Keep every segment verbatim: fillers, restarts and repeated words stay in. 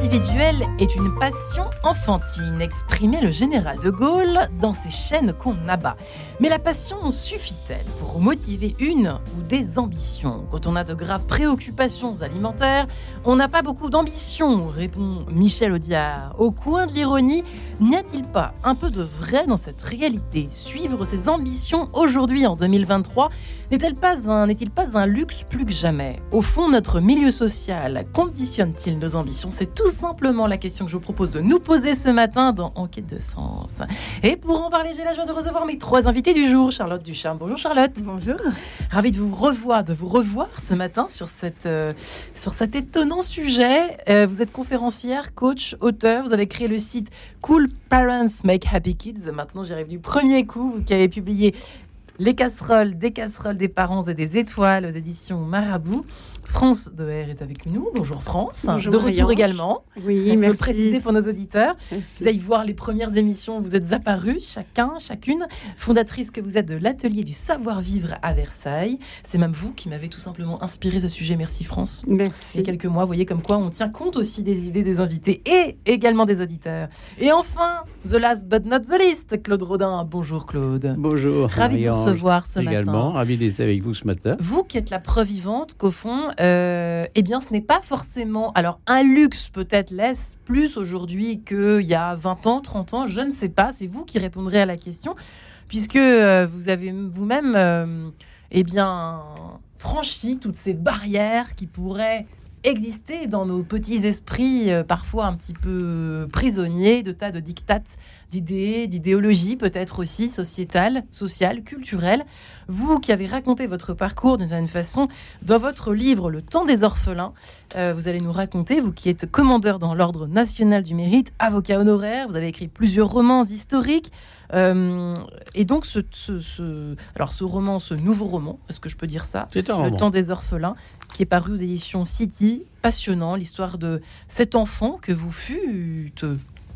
L'individuel est une passion enfantine, exprimait le général de Gaulle dans ses chaînes qu'on abat. Mais la passion suffit-elle pour motiver une ou des ambitions ? Quand on a de graves préoccupations alimentaires, on n'a pas beaucoup d'ambition, répond Michel Audiard. Au coin de l'ironie, n'y a-t-il pas un peu de vrai dans cette réalité ? Suivre ses ambitions aujourd'hui en deux mille vingt-trois n'est-elle pas un, n'est-il pas un luxe plus que jamais ? Au fond, notre milieu social conditionne-t-il nos ambitions ? C'est tout simplement la question que je vous propose de nous poser ce matin dans Enquête de sens. Et pour en parler, j'ai la joie de recevoir mes trois invités du jour. Charlotte Ducharme. Bonjour Charlotte. Bonjour. Ravie de vous revoir, de vous revoir ce matin sur, cette, euh, sur cet étonnant sujet. Euh, vous êtes conférencière, coach, auteur. Vous avez créé le site Cool Parents Make Happy Kids. Maintenant, j'y arrive du premier coup. Vous qui avez publié Les casseroles, des casseroles, des parents et des étoiles aux éditions Marabout. France de R est avec nous. Bonjour France. Bonjour de retour Marianne. également. Oui, On peut merci. le préciser pour nos auditeurs. Merci. Vous allez voir les premières émissions, vous êtes apparus, chacun, chacune. Fondatrice que vous êtes de l'atelier du savoir-vivre à Versailles. C'est même vous qui m'avez tout simplement inspiré ce sujet. Merci France. Il y Merci. a quelques mois, vous voyez comme quoi on tient compte aussi des idées des invités et également des auditeurs. Et enfin, the last but not the least, Claude Rodin. Bonjour Claude. Bonjour. Ravi de vous Marie-Ange. recevoir ce Également, matin. ravi d'être avec vous ce matin. Vous qui êtes la preuve vivante qu'au fond, euh, eh bien, ce n'est pas forcément... Alors, un luxe peut-être laisse plus aujourd'hui qu'il y a vingt ans, trente ans, je ne sais pas. C'est vous qui répondrez à la question, puisque euh, vous avez vous-même euh, eh bien, franchi toutes ces barrières qui pourraient exister dans nos petits esprits, euh, parfois un petit peu prisonniers de tas de dictates, d'idées, d'idéologies, peut-être aussi sociétales, sociales, culturelles. Vous qui avez raconté votre parcours d'une certaine façon dans votre livre Le temps des orphelins, euh, vous allez nous raconter, vous qui êtes commandeur dans l'Ordre national du mérite, avocat honoraire, vous avez écrit plusieurs romans historiques. Euh, et donc, ce, ce, ce, alors ce roman, ce nouveau roman, est-ce que je peux dire ça ? C'est un Le roman. temps des orphelins, qui est paru aux éditions City, passionnant, l'histoire de cet enfant que vous fûtes.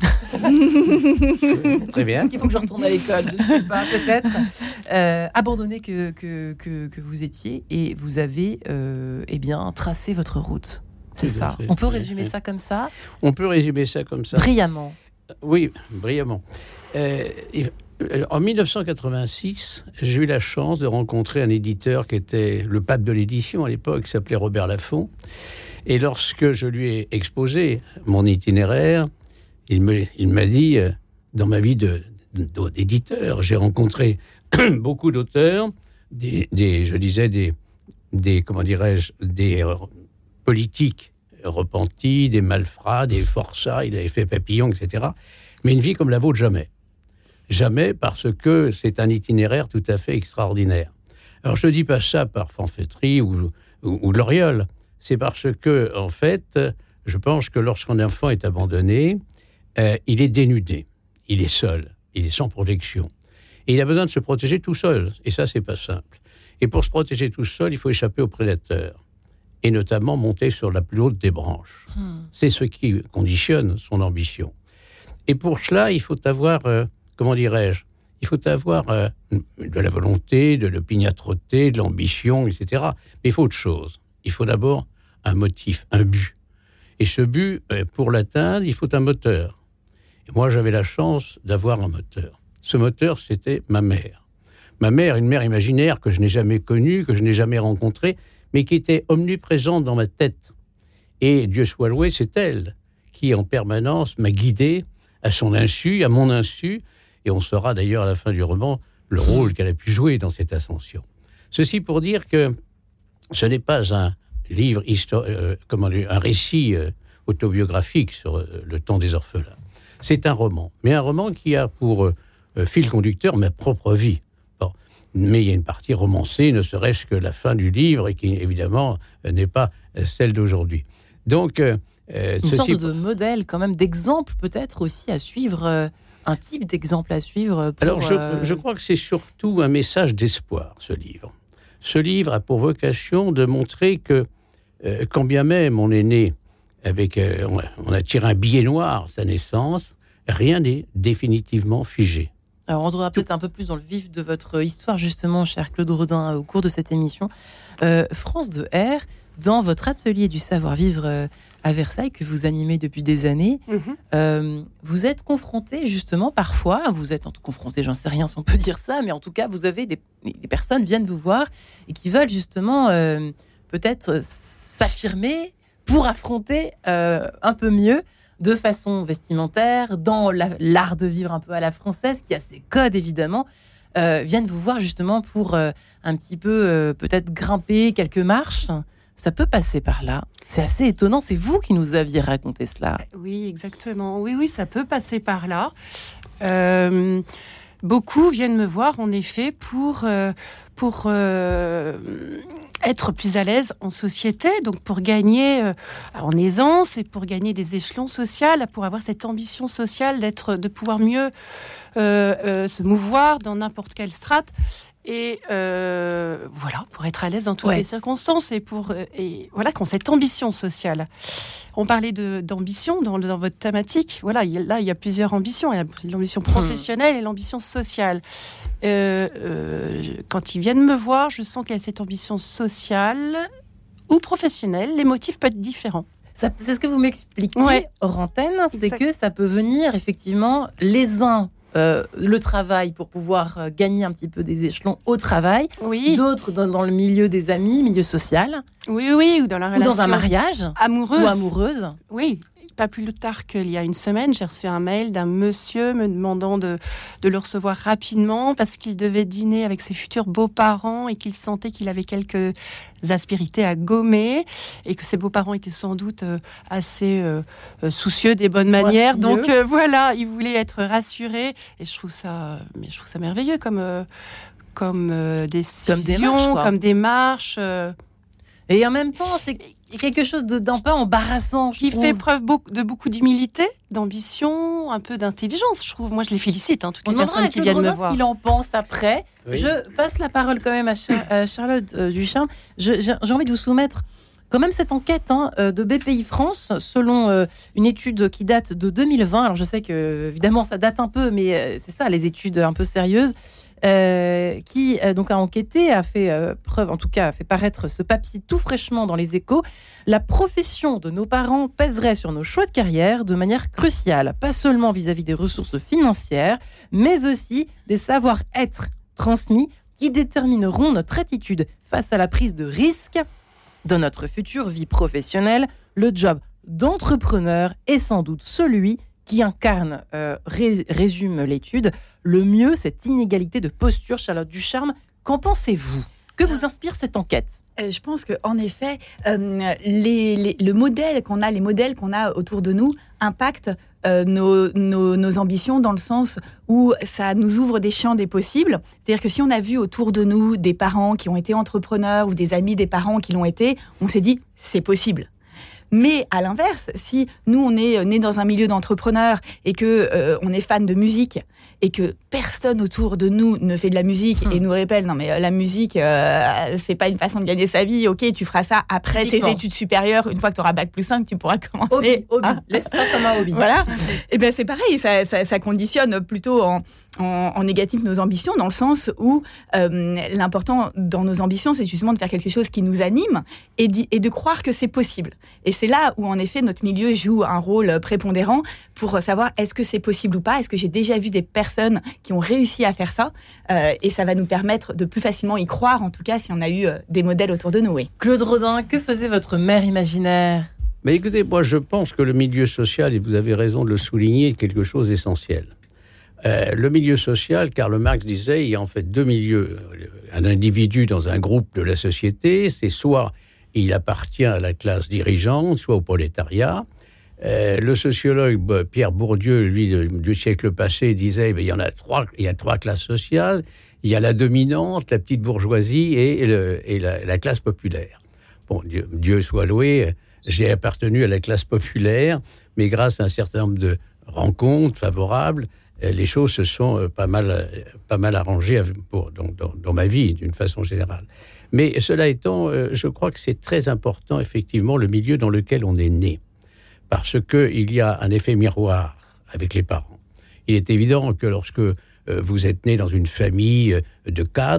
Très bien. Est-ce qu'il faut que je retourne à l'école ? Je ne sais pas, peut-être. Euh, abandonné que, que, que, que vous étiez, et vous avez euh, eh bien, tracé votre route. C'est Tout à ça. fait. On peut Oui, résumer oui. ça comme ça, On peut résumer ça comme ça. brillamment. Oui, brillamment. Euh, et- euh, en dix-neuf cent quatre-vingt-six, j'ai eu la chance de rencontrer un éditeur qui était le pape de l'édition à l'époque, qui s'appelait Robert Laffont. Et lorsque je lui ai exposé mon itinéraire, il, me, il m'a dit, euh, dans ma vie de, de- d'éditeur, j'ai rencontré beaucoup d'auteurs, des, des, je disais des, des, comment dirais-je, des euh, politiques repentis, des malfrats, des forçats, il avait fait Papillon, et cetera. Mais une vie comme la vôtre, jamais. Jamais, parce que c'est un itinéraire tout à fait extraordinaire. Alors, je ne dis pas ça par fanfaiserie ou, ou, ou l'oriole. C'est parce que, en fait, je pense que lorsqu'un enfant est abandonné, euh, il est dénudé, il est seul, il est sans protection. Et il a besoin de se protéger tout seul. Et ça, c'est pas simple. Et pour se protéger tout seul, il faut échapper aux prédateurs. Et notamment monter sur la plus haute des branches. Hmm. C'est ce qui conditionne son ambition. Et pour cela, il faut avoir, euh, comment dirais-je, il faut avoir euh, de la volonté, de l'opiniâtreté, de l'ambition, et cetera. Mais il faut autre chose. Il faut d'abord un motif, un but. Et ce but, euh, pour l'atteindre, il faut un moteur. Et moi, j'avais la chance d'avoir un moteur. Ce moteur, c'était ma mère. Ma mère, une mère imaginaire que je n'ai jamais connue, que je n'ai jamais rencontrée, mais qui était omniprésente dans ma tête. Et Dieu soit loué, c'est elle qui, en permanence, m'a guidé à son insu, à mon insu, et on saura d'ailleurs à la fin du roman le rôle qu'elle a pu jouer dans cette ascension. Ceci pour dire que ce n'est pas un livre, histo- euh, comment dire, un récit euh, autobiographique sur euh, le temps des orphelins. C'est un roman, mais un roman qui a pour euh, fil conducteur ma propre vie. Bon. Mais il y a une partie romancée, ne serait-ce que la fin du livre, et qui, évidemment, euh, n'est pas euh, celle d'aujourd'hui. Donc, euh, euh, Une ceci... sorte de modèle, quand même, d'exemple peut-être aussi à suivre, euh, un type d'exemple à suivre. Pour, Alors, je, euh, je crois que c'est surtout un message d'espoir, ce livre. Ce livre a pour vocation de montrer que, euh, quand bien même on est né avec... Euh, on, a, on a tiré un billet noir à sa naissance, rien n'est définitivement figé. Alors, on rentrera peut-être un peu plus dans le vif de votre histoire, justement, cher Claude Rodin, au cours de cette émission. Euh, France de R, dans votre atelier du savoir-vivre euh, à Versailles, que vous animez depuis des années, mmh. euh, vous êtes confrontés justement parfois, vous êtes confrontés, j'en sais rien si on peut dire ça, mais en tout cas, vous avez des, des personnes viennent vous voir et qui veulent justement euh, peut-être s'affirmer pour affronter euh, un peu mieux de façon vestimentaire, dans la, l'art de vivre un peu à la française, qui a ses codes évidemment, euh, viennent vous voir justement pour euh, un petit peu euh, peut-être grimper quelques marches. Ça peut passer par là. C'est assez étonnant. C'est vous qui nous aviez raconté cela. Oui, exactement. Oui, oui, ça peut passer par là. Euh, beaucoup viennent me voir, en effet, pour, euh, pour euh, être plus à l'aise en société, donc pour gagner euh, en aisance et pour gagner des échelons sociaux, pour avoir cette ambition sociale d'être, de pouvoir mieux euh, euh, se mouvoir dans n'importe quelle strate. Et euh, voilà, pour être à l'aise dans toutes ouais. les circonstances et pour et voilà, qu'on cette ambition sociale. On parlait de, d'ambition dans, dans votre thématique. Voilà, il y a, là, il y a plusieurs ambitions. Il y a l'ambition professionnelle mmh. et l'ambition sociale. Euh, euh, quand ils viennent me voir, je sens qu'il y a cette ambition sociale ou professionnelle. Les motifs peuvent être différents. Ça, c'est ce que vous m'expliquez ouais. hors antenne. C'est exact. Que ça peut venir effectivement les uns Euh, le travail pour pouvoir euh, gagner un petit peu des échelons au travail, oui. d'autres dans, dans le milieu des amis, milieu social, oui, oui, ou dans la relation, ou dans un mariage, amoureuse, ou amoureuse. Oui, pas plus tard qu'il y a une semaine, j'ai reçu un mail d'un monsieur me demandant de, de le recevoir rapidement parce qu'il devait dîner avec ses futurs beaux-parents et qu'il sentait qu'il avait quelques aspérités à gommer et que ses beaux-parents étaient sans doute euh, assez euh, soucieux des bonnes Toi, manières. Fieux. Donc euh, voilà, il voulait être rassuré et je trouve ça, mais je trouve ça merveilleux comme euh, comme euh, décision, comme démarche, quoi. Comme démarche. Euh... Et en même temps, c'est quelque chose de, d'un peu embarrassant. Qui fait preuve de beaucoup d'humilité, d'ambition, un peu d'intelligence, je trouve. Moi, je les félicite, hein, toutes On les personnes qui viennent me voir. Ce qu'il en pense après. Oui. Je passe la parole quand même à, Char- à Charlotte euh, Ducharme. Je, j'ai, j'ai envie de vous soumettre quand même cette enquête hein, de B P I France, selon euh, une étude qui date de deux mille vingt. Alors, je sais que, évidemment, ça date un peu, mais euh, c'est ça, les études un peu sérieuses. Euh, qui euh, donc a enquêté, a fait euh, preuve, en tout cas a fait paraître ce papier tout fraîchement dans les Échos. La profession de nos parents pèserait sur nos choix de carrière de manière cruciale, pas seulement vis-à-vis des ressources financières, mais aussi des savoir-être transmis qui détermineront notre attitude face à la prise de risque dans notre future vie professionnelle. Le job d'entrepreneur est sans doute celui qui incarne, euh, ré- résume l'étude, le mieux cette inégalité de posture. Charlotte Ducharme, qu'en pensez-vous ? Que vous inspire cette enquête ? euh, Je pense qu'en effet, euh, les, les, le modèle qu'on a, les modèles qu'on a autour de nous impactent euh, nos, nos, nos ambitions dans le sens où ça nous ouvre des champs des possibles. C'est-à-dire que si on a vu autour de nous des parents qui ont été entrepreneurs ou des amis des parents qui l'ont été, on s'est dit, c'est possible. Mais à l'inverse, si nous, on est né dans un milieu d'entrepreneurs et qu'on euh, est fan de musique et que personne autour de nous ne fait de la musique mmh. et nous répète, non mais euh, la musique, euh, c'est pas une façon de gagner sa vie, ok, tu feras ça après tes études supérieures, une fois que tu auras bac plus cinq, tu pourras commencer. Hobby, hobby. Ah. Laisse ça comme un hobby. Voilà, et bien c'est pareil, ça, ça, ça conditionne plutôt en, en, en négatif nos ambitions, dans le sens où euh, l'important dans nos ambitions, c'est justement de faire quelque chose qui nous anime et, d'y, et de croire que c'est possible. Et c'est là où, en effet, notre milieu joue un rôle prépondérant pour savoir est-ce que c'est possible ou pas, est-ce que j'ai déjà vu des personnes qui ont réussi à faire ça, euh, et ça va nous permettre de plus facilement y croire, en tout cas, si on a eu euh, des modèles autour de nous. Oui. Claude Rodin, que faisait votre mère imaginaire ? Mais écoutez, moi, je pense que le milieu social, et vous avez raison de le souligner, est quelque chose d'essentiel. Euh, le milieu social, Karl Marx disait, il y a en fait deux milieux. Un individu dans un groupe de la société, c'est soit il appartient à la classe dirigeante, soit au prolétariat. Euh, le sociologue Pierre Bourdieu, lui, du siècle passé, disait ben, il y en a trois, il y a trois classes sociales. Il y a la dominante, la petite bourgeoisie et, le, et la, la classe populaire. Bon, Dieu, Dieu soit loué, j'ai appartenu à la classe populaire, mais grâce à un certain nombre de rencontres favorables, les choses se sont pas mal, pas mal arrangées pour, dans, dans, dans ma vie, d'une façon générale. Mais cela étant, je crois que c'est très important, effectivement, le milieu dans lequel on est né. Parce qu'il y a un effet miroir avec les parents. Il est évident que lorsque vous êtes né dans une famille de cadres,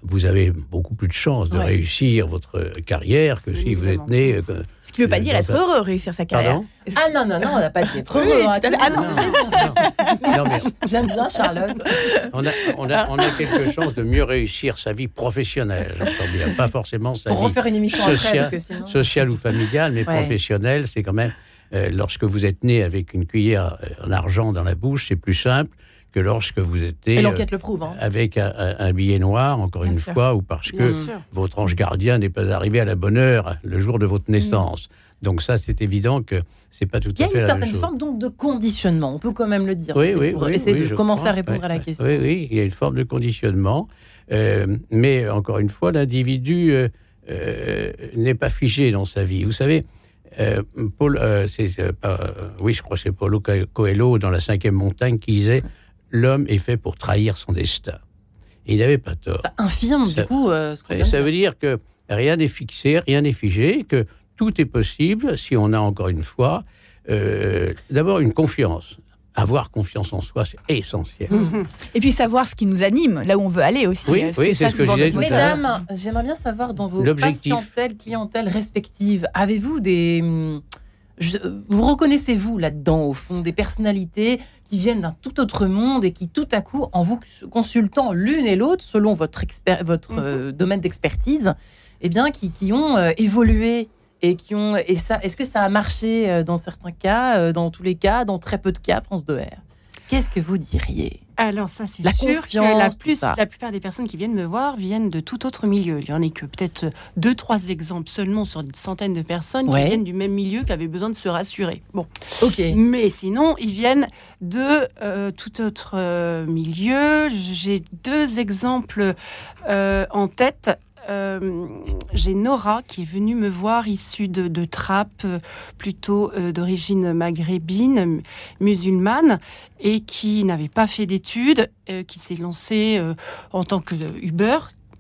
vous avez beaucoup plus de chances de Ouais. réussir votre carrière que si vous êtes né. euh, Ce qui ne veut pas dire dans être un- heureux, réussir sa carrière. Pardon Ah non, non, non, on n'a pas dit être Oui, heureux. tout hein, à fait. Ah non. Non, non, non, mais J'aime bien Charlotte. on a, on, a, on a quelque chance de mieux réussir sa vie professionnelle, j'entends bien. Pas forcément sa Pour vie refaire une émission après, sociale, parce que sinon... sociale ou familiale, mais Ouais. professionnelle, c'est quand même, euh, lorsque vous êtes né avec une cuillère en argent dans la bouche, c'est plus simple que lorsque vous êtes né Et euh, l'enquête le prouve. Hein. avec un, un- un billet noir, encore Bien une sûr. fois, ou parce Bien que sûr. votre ange gardien n'est pas arrivé à la bonne heure le jour de votre naissance. Donc ça, c'est évident que c'est pas tout Il y a à fait une la même certaine chose. forme donc de conditionnement, on peut quand même le dire. Oui, oui, pour oui, essayer oui, de je commencer crois. à répondre Ouais, à la ouais. question. Oui, oui, il y a une forme de conditionnement. Euh, mais encore une fois, l'individu euh, euh, n'est pas figé dans sa vie. Vous savez, euh, Paul, euh, c'est, euh, pas- euh, oui, je crois que c'est Paulo Coelho dans La Cinquième Montagne qui disait « L'homme est fait pour trahir son destin ». Et il n'avait pas tort. Ça infirme Ça- du coup euh, ce qu'on Et vient de ça dire. veut dire que rien n'est fixé, rien n'est figé, que tout est possible si on a encore une fois, euh, d'abord une confiance. Avoir confiance en soi, c'est essentiel. Et puis savoir ce qui nous anime, là où on veut aller aussi. Oui, Euh, oui, c'est ça, ce que je souvent disais notre tout à moteur. l'heure. Mesdames, j'aimerais bien savoir dans vos L'objectif. patientèles, clientèles respectives, avez-vous des... hum, je- vous reconnaissez-vous là-dedans, au fond, des personnalités qui viennent d'un tout autre monde et qui, tout à coup, en vous consultant l'une et l'autre, selon votre, expert, votre Mhm. euh, domaine d'expertise, eh bien, qui, qui ont euh, évolué et qui ont... Et ça, est-ce que ça a marché euh, dans certains cas, euh, dans tous les cas, dans très peu de cas, France deux R? Qu'est-ce que vous diriez? Alors ça, c'est La sûr que confiance, la, tout plus, ça. la plupart des personnes qui viennent me voir viennent de tout autre milieu. Il y en a que peut-être deux, trois exemples seulement sur une centaine de personnes Ouais. qui viennent du même milieu, qui avaient besoin de se rassurer. Bon, Ok. mais sinon, ils viennent de euh, tout autre euh, milieu. J'ai deux exemples euh, en tête. Euh, j'ai Nora qui est venue me voir issue de, de Trappes, euh, plutôt euh, d'origine maghrébine, m- musulmane, et qui n'avait pas fait d'études, euh, qui s'est lancée euh, en tant que Uber,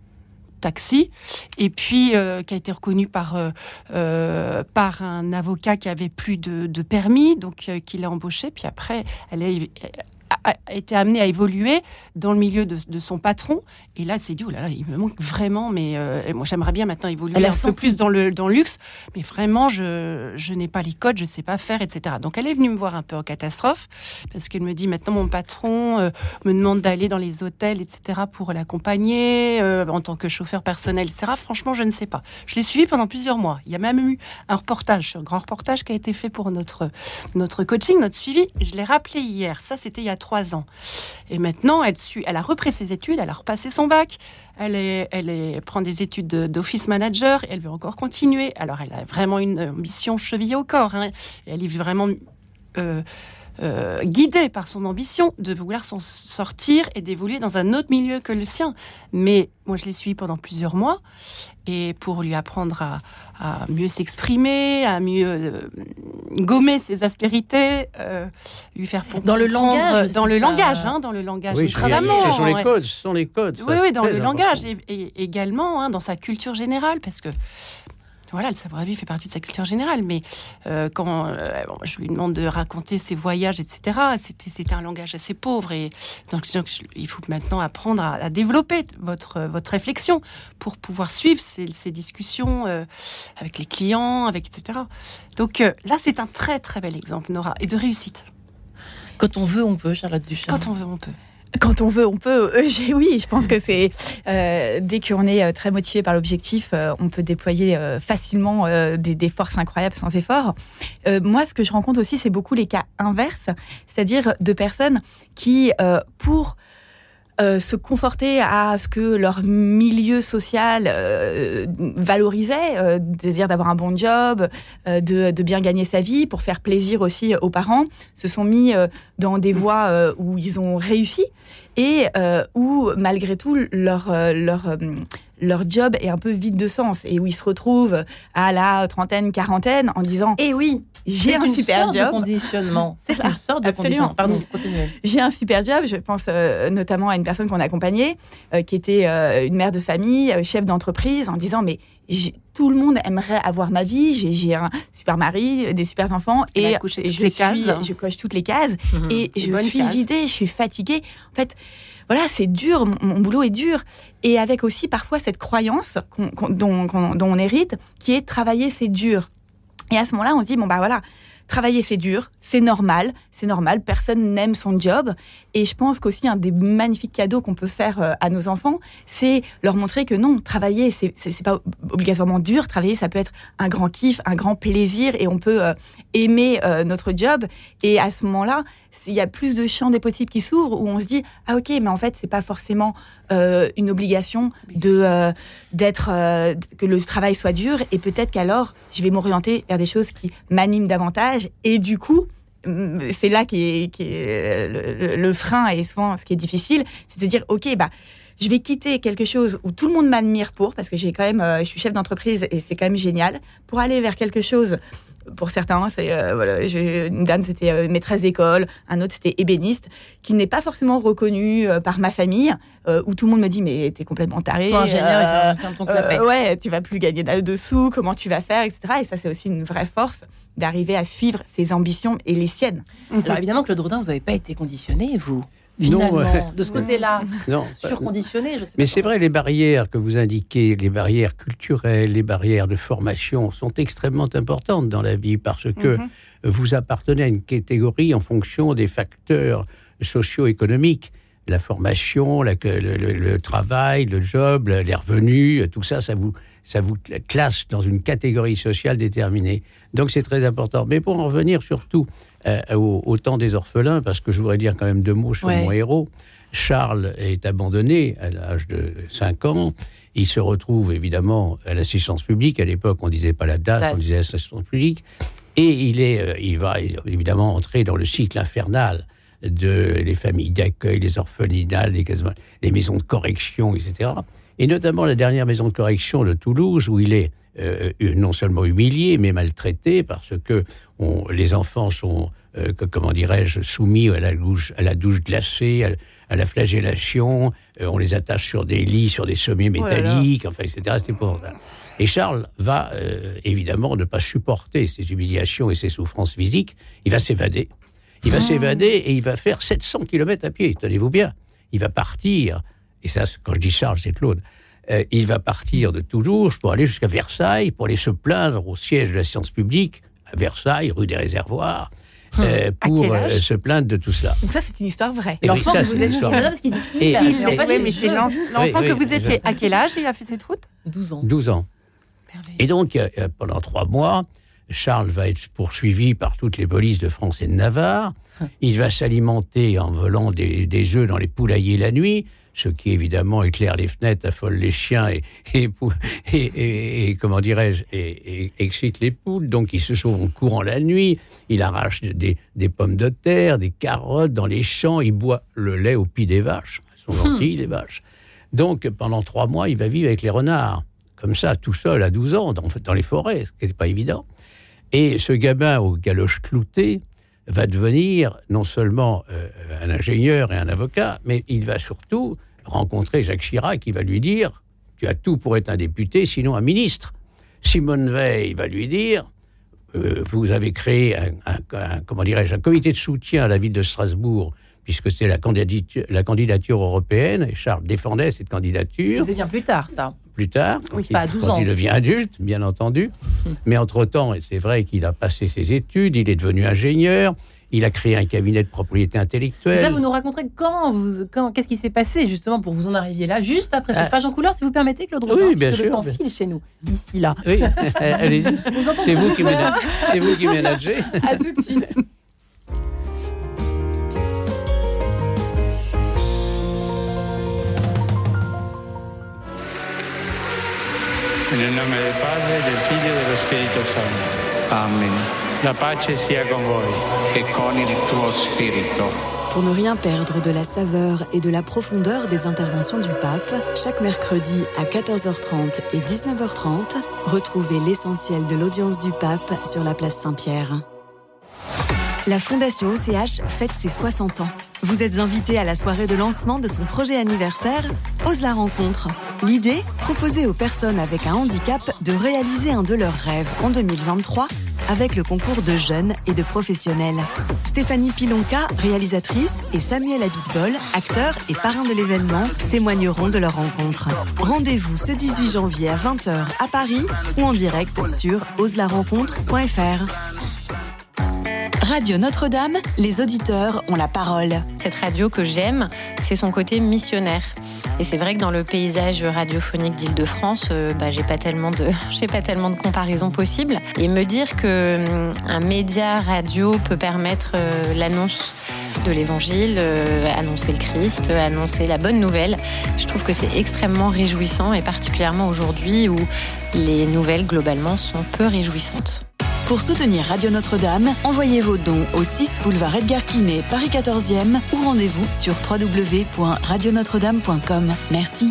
taxi, et puis euh, qui a été reconnue par, euh, euh, par un avocat qui avait plus de, de permis, donc euh, qui l'a embauchée, puis après elle a, a, a été amenée à évoluer dans le milieu de, de son patron, et là elle s'est dit, oh là là, il me manque vraiment, mais euh, et moi j'aimerais bien maintenant évoluer Elle a un peu senti. plus dans le, dans le luxe, mais vraiment je, je n'ai pas les codes, je ne sais pas faire, et cetera. Donc elle est venue me voir un peu en catastrophe, parce qu'elle me dit, maintenant mon patron euh, me demande d'aller dans les hôtels, et cetera, pour l'accompagner, euh, en tant que chauffeur personnel, et cetera. Franchement, je ne sais pas. Je l'ai suivi pendant plusieurs mois. Il y a même eu un reportage, un grand reportage qui a été fait pour notre, notre coaching, notre suivi. Et je l'ai rappelé hier. Ça, c'était il y a trois ans. Et maintenant, elle, suit, elle a repris ses études, elle a repassé son bac. Elle, est, elle, est, elle prend des études de, d'office manager. Et elle veut encore continuer. Alors, elle a vraiment une ambition chevillée au corps. Hein. Et elle est vraiment... Euh, Euh, guidée par son ambition de vouloir s'en sortir et d'évoluer dans un autre milieu que le sien. Mais moi, je l'ai suivi pendant plusieurs mois, et pour lui apprendre à, à mieux s'exprimer, à mieux euh, gommer ses aspérités, euh, lui faire comprendre... Dans le langage aussi, Dans le ça- langage, hein, dans le langage Oui, du ce travaillement. sont les ouais. codes, ce sont les codes. ça, Oui, c'est oui, dans très le important. langage, et, et également hein, dans sa culture générale, parce que voilà, le savoir-vivre fait partie de sa culture générale, mais euh, quand euh, bon, je lui demande de raconter ses voyages, et cetera, c'était, c'était un langage assez pauvre, et donc, donc il faut maintenant apprendre à, à développer votre, votre réflexion pour pouvoir suivre ces, ces discussions euh, avec les clients, avec, et cetera. Donc euh, là, c'est un très très bel exemple, Nora, et de réussite. Quand on veut, on peut, Charlotte Ducharme. Quand on veut, on peut. Quand on veut, on peut. Euh, j'ai- oui, je pense que c'est euh, dès qu'on est euh, très motivé par l'objectif, euh, on peut déployer euh, facilement euh, des, des forces incroyables sans effort. Euh, moi, ce que je rencontre aussi, c'est beaucoup les cas inverses, c'est-à-dire de personnes qui, euh, pour euh, se conforter à ce que leur milieu social euh, valorisait, euh, c'est-à-dire d'avoir un bon job, euh, de, de bien gagner sa vie, pour faire plaisir aussi aux parents, se sont mis euh, dans des voies euh, où ils ont réussi et euh, où, malgré tout, leur, euh, leur, euh, leur job est un peu vide de sens et où ils se retrouvent à la trentaine, quarantaine en disant Et oui, j'ai c'est un une super sorte de job. conditionnement. C'est Voilà, une sorte de absolument. conditionnement. Pardon, continuez. J'ai un super job, je pense euh, notamment à une personne qu'on a accompagnée, euh, qui était euh, une mère de famille, euh, chef d'entreprise, en disant mais j'ai- tout le monde aimerait avoir ma vie, j'ai, j'ai un super mari, des super enfants, Elle a et, coché et toutes je, les suis- cases. je coche toutes les cases, Mhm. et Des je bonnes suis cases. vidée, je suis fatiguée. En fait, voilà, c'est dur, mon, mon boulot est dur. Et avec aussi parfois cette croyance qu'on, qu'on, dont, qu'on, dont on hérite, qui est travailler, c'est dur. Et à ce moment-là, on se dit, bon, bah voilà, travailler, c'est dur, c'est normal, c'est normal, personne n'aime son job. Et je pense qu'aussi, un des magnifiques cadeaux qu'on peut faire euh, à nos enfants, c'est leur montrer que non, travailler, c'est, c'est, c'est pas obligatoirement dur. Travailler, ça peut être un grand kiff, un grand plaisir, et on peut euh, aimer euh, notre job. Et à ce moment-là, il y a plus de champs des possibles qui s'ouvrent, où on se dit, ah ok, mais en fait, c'est pas forcément euh, une obligation de, euh, d'être, euh, que le travail soit dur, et peut-être qu'alors, je vais m'orienter vers des choses qui m'animent davantage, et du coup, c'est là qui est, qui est le, le, le frein, et souvent ce qui est difficile, c'est de se dire, ok, bah, je vais quitter quelque chose où tout le monde m'admire pour, parce que j'ai quand même, euh, je suis chef d'entreprise et c'est quand même génial, pour aller vers quelque chose. Pour certains, c'est, euh, voilà, j'ai, une dame, c'était euh, maîtresse d'école, un autre, c'était ébéniste, qui n'est pas forcément reconnu euh, par ma famille, euh, où tout le monde me dit, mais t'es complètement taré. Sois ingénieur euh, et ferme ton clapet. Euh, ouais, tu vas plus gagner de sous, comment tu vas faire, et cetera. Et ça, c'est aussi une vraie force d'arriver à suivre ses ambitions et les siennes. Alors évidemment, Claude Rodin, vous n'avez pas été conditionné, vous finalement, non, euh, de ce côté-là, non, surconditionné, je sais pas. Mais c'est vrai, les barrières que vous indiquez, les barrières culturelles, les barrières de formation sont extrêmement importantes dans la vie parce que mm-hmm. vous appartenez à une catégorie en fonction des facteurs socio-économiques. La formation, la, le, le, le travail, le job, les revenus, tout ça, ça vous, ça vous classe dans une catégorie sociale déterminée. Donc c'est très important. Mais pour en revenir surtout euh, au, au temps des orphelins, parce que je voudrais dire quand même deux mots sur ouais. mon héros. Charles est abandonné à l'âge de cinq ans. Il se retrouve évidemment à l'assistance publique. À l'époque, on ne disait pas la D A S, Place. On disait l'assistance publique. Et il, est, euh, il va évidemment entrer dans le cycle infernal de les familles d'accueil, les orphelinats, les, les maisons de correction, et cetera. Et notamment la dernière maison de correction de Toulouse, où il est euh, non seulement humilié, mais maltraité, parce que on, les enfants sont, euh, que, comment dirais-je, soumis à la douche, à la douche glacée, à, à la flagellation, euh, on les attache sur des lits, sur des sommets métalliques, oh enfin, et cetera. C'est épouvantable. Et Charles va, euh, évidemment, ne pas supporter ces humiliations et ces souffrances physiques. Il va s'évader. Il va ah. s'évader et il va faire sept cents kilomètres à pied, tenez-vous bien. Il va partir, et ça, quand je dis Charles, c'est Claude, euh, il va partir de Toulouse pour aller jusqu'à Versailles, pour aller se plaindre au siège de la science publique, à Versailles, rue des Réservoirs, euh, pour euh, se plaindre de tout cela. Donc ça, c'est une histoire vraie. Et l'enfant oui, ça, que vous étiez, parce qu'il dit il, et, il, il, il, oui, mais c'est l'enfant oui, que oui, vous étiez. À quel âge il a fait cette route ? douze ans. douze ans. Merveille. Et donc, euh, pendant trois mois, Charles va être poursuivi par toutes les polices de France et de Navarre. Il va s'alimenter en volant des, des œufs dans les poulaillers la nuit, ce qui évidemment éclaire les fenêtres, affole les chiens et, et, et, et, et comment dirais-je, et, et excite les poules. Donc il se sauve en courant la nuit, il arrache des, des pommes de terre, des carottes dans les champs, il boit le lait au pied des vaches, elles sont gentilles les vaches. Donc pendant trois mois, il va vivre avec les renards, comme ça, tout seul à douze ans, dans, dans les forêts, ce qui n'est pas évident. Et ce gamin aux galoches cloutées va devenir non seulement euh, un ingénieur et un avocat, mais il va surtout rencontrer Jacques Chirac qui va lui dire « Tu as tout pour être un député, sinon un ministre ». Simone Veil va lui dire euh, « Vous avez créé un, un, un, comment dirais-je, un comité de soutien à la ville de Strasbourg, puisque c'est la candidature, la candidature européenne, et Charles défendait cette candidature. » C'est bien plus tard, ça. Plus tard, oui, quand, pas il, à douze quand ans. il devient adulte, bien entendu. Hum. Mais entre-temps, et c'est vrai qu'il a passé ses études, il est devenu ingénieur, il a créé un cabinet de propriété intellectuelle. Et ça, vous nous raconterez comment, vous, quand, qu'est-ce qui s'est passé justement pour vous en arriver là, juste après cette ah. page en couleur, si vous permettez, Claude Rodin, oui, bien parce que sûr, le temps bien... file chez nous, ici, là. Oui, allez-y, c'est vous qui ménagez. C'est vous qui ménagez. À tout de suite. Nel nome del Padre, del Figlio e dello Spirito Santo. Amen. La pace sia con voi. E con il tuo spirito. Pour ne rien perdre de la saveur et de la profondeur des interventions du pape, chaque mercredi à quatorze heures trente et dix-neuf heures trente, retrouvez l'essentiel de l'audience du pape sur la place Saint-Pierre. La Fondation O C H fête ses soixante ans. Vous êtes invité à la soirée de lancement de son projet anniversaire, Ose la rencontre. L'idée, proposer aux personnes avec un handicap de réaliser un de leurs rêves en deux mille vingt-trois avec le concours de jeunes et de professionnels. Stéphanie Pilonka, réalisatrice, et Samuel Abitbol, acteur et parrain de l'événement, témoigneront de leur rencontre. Rendez-vous ce dix-huit janvier à vingt heures à Paris ou en direct sur ose la rencontre point f r. Radio Notre-Dame, les auditeurs ont la parole. Cette radio que j'aime, c'est son côté missionnaire. Et c'est vrai que dans le paysage radiophonique d'Île-de-France, euh, bah, j'ai pas tellement de, j'ai pas tellement de comparaisons possibles. Et me dire que hum, un média radio peut permettre euh, l'annonce de l'Évangile, euh, annoncer le Christ, euh, annoncer la bonne nouvelle, je trouve que c'est extrêmement réjouissant, et particulièrement aujourd'hui où les nouvelles globalement sont peu réjouissantes. Pour soutenir Radio Notre-Dame, envoyez vos dons au six boulevard Edgar Quinet, Paris quatorzième, ou rendez-vous sur w w w point radio notre dame point com. Merci.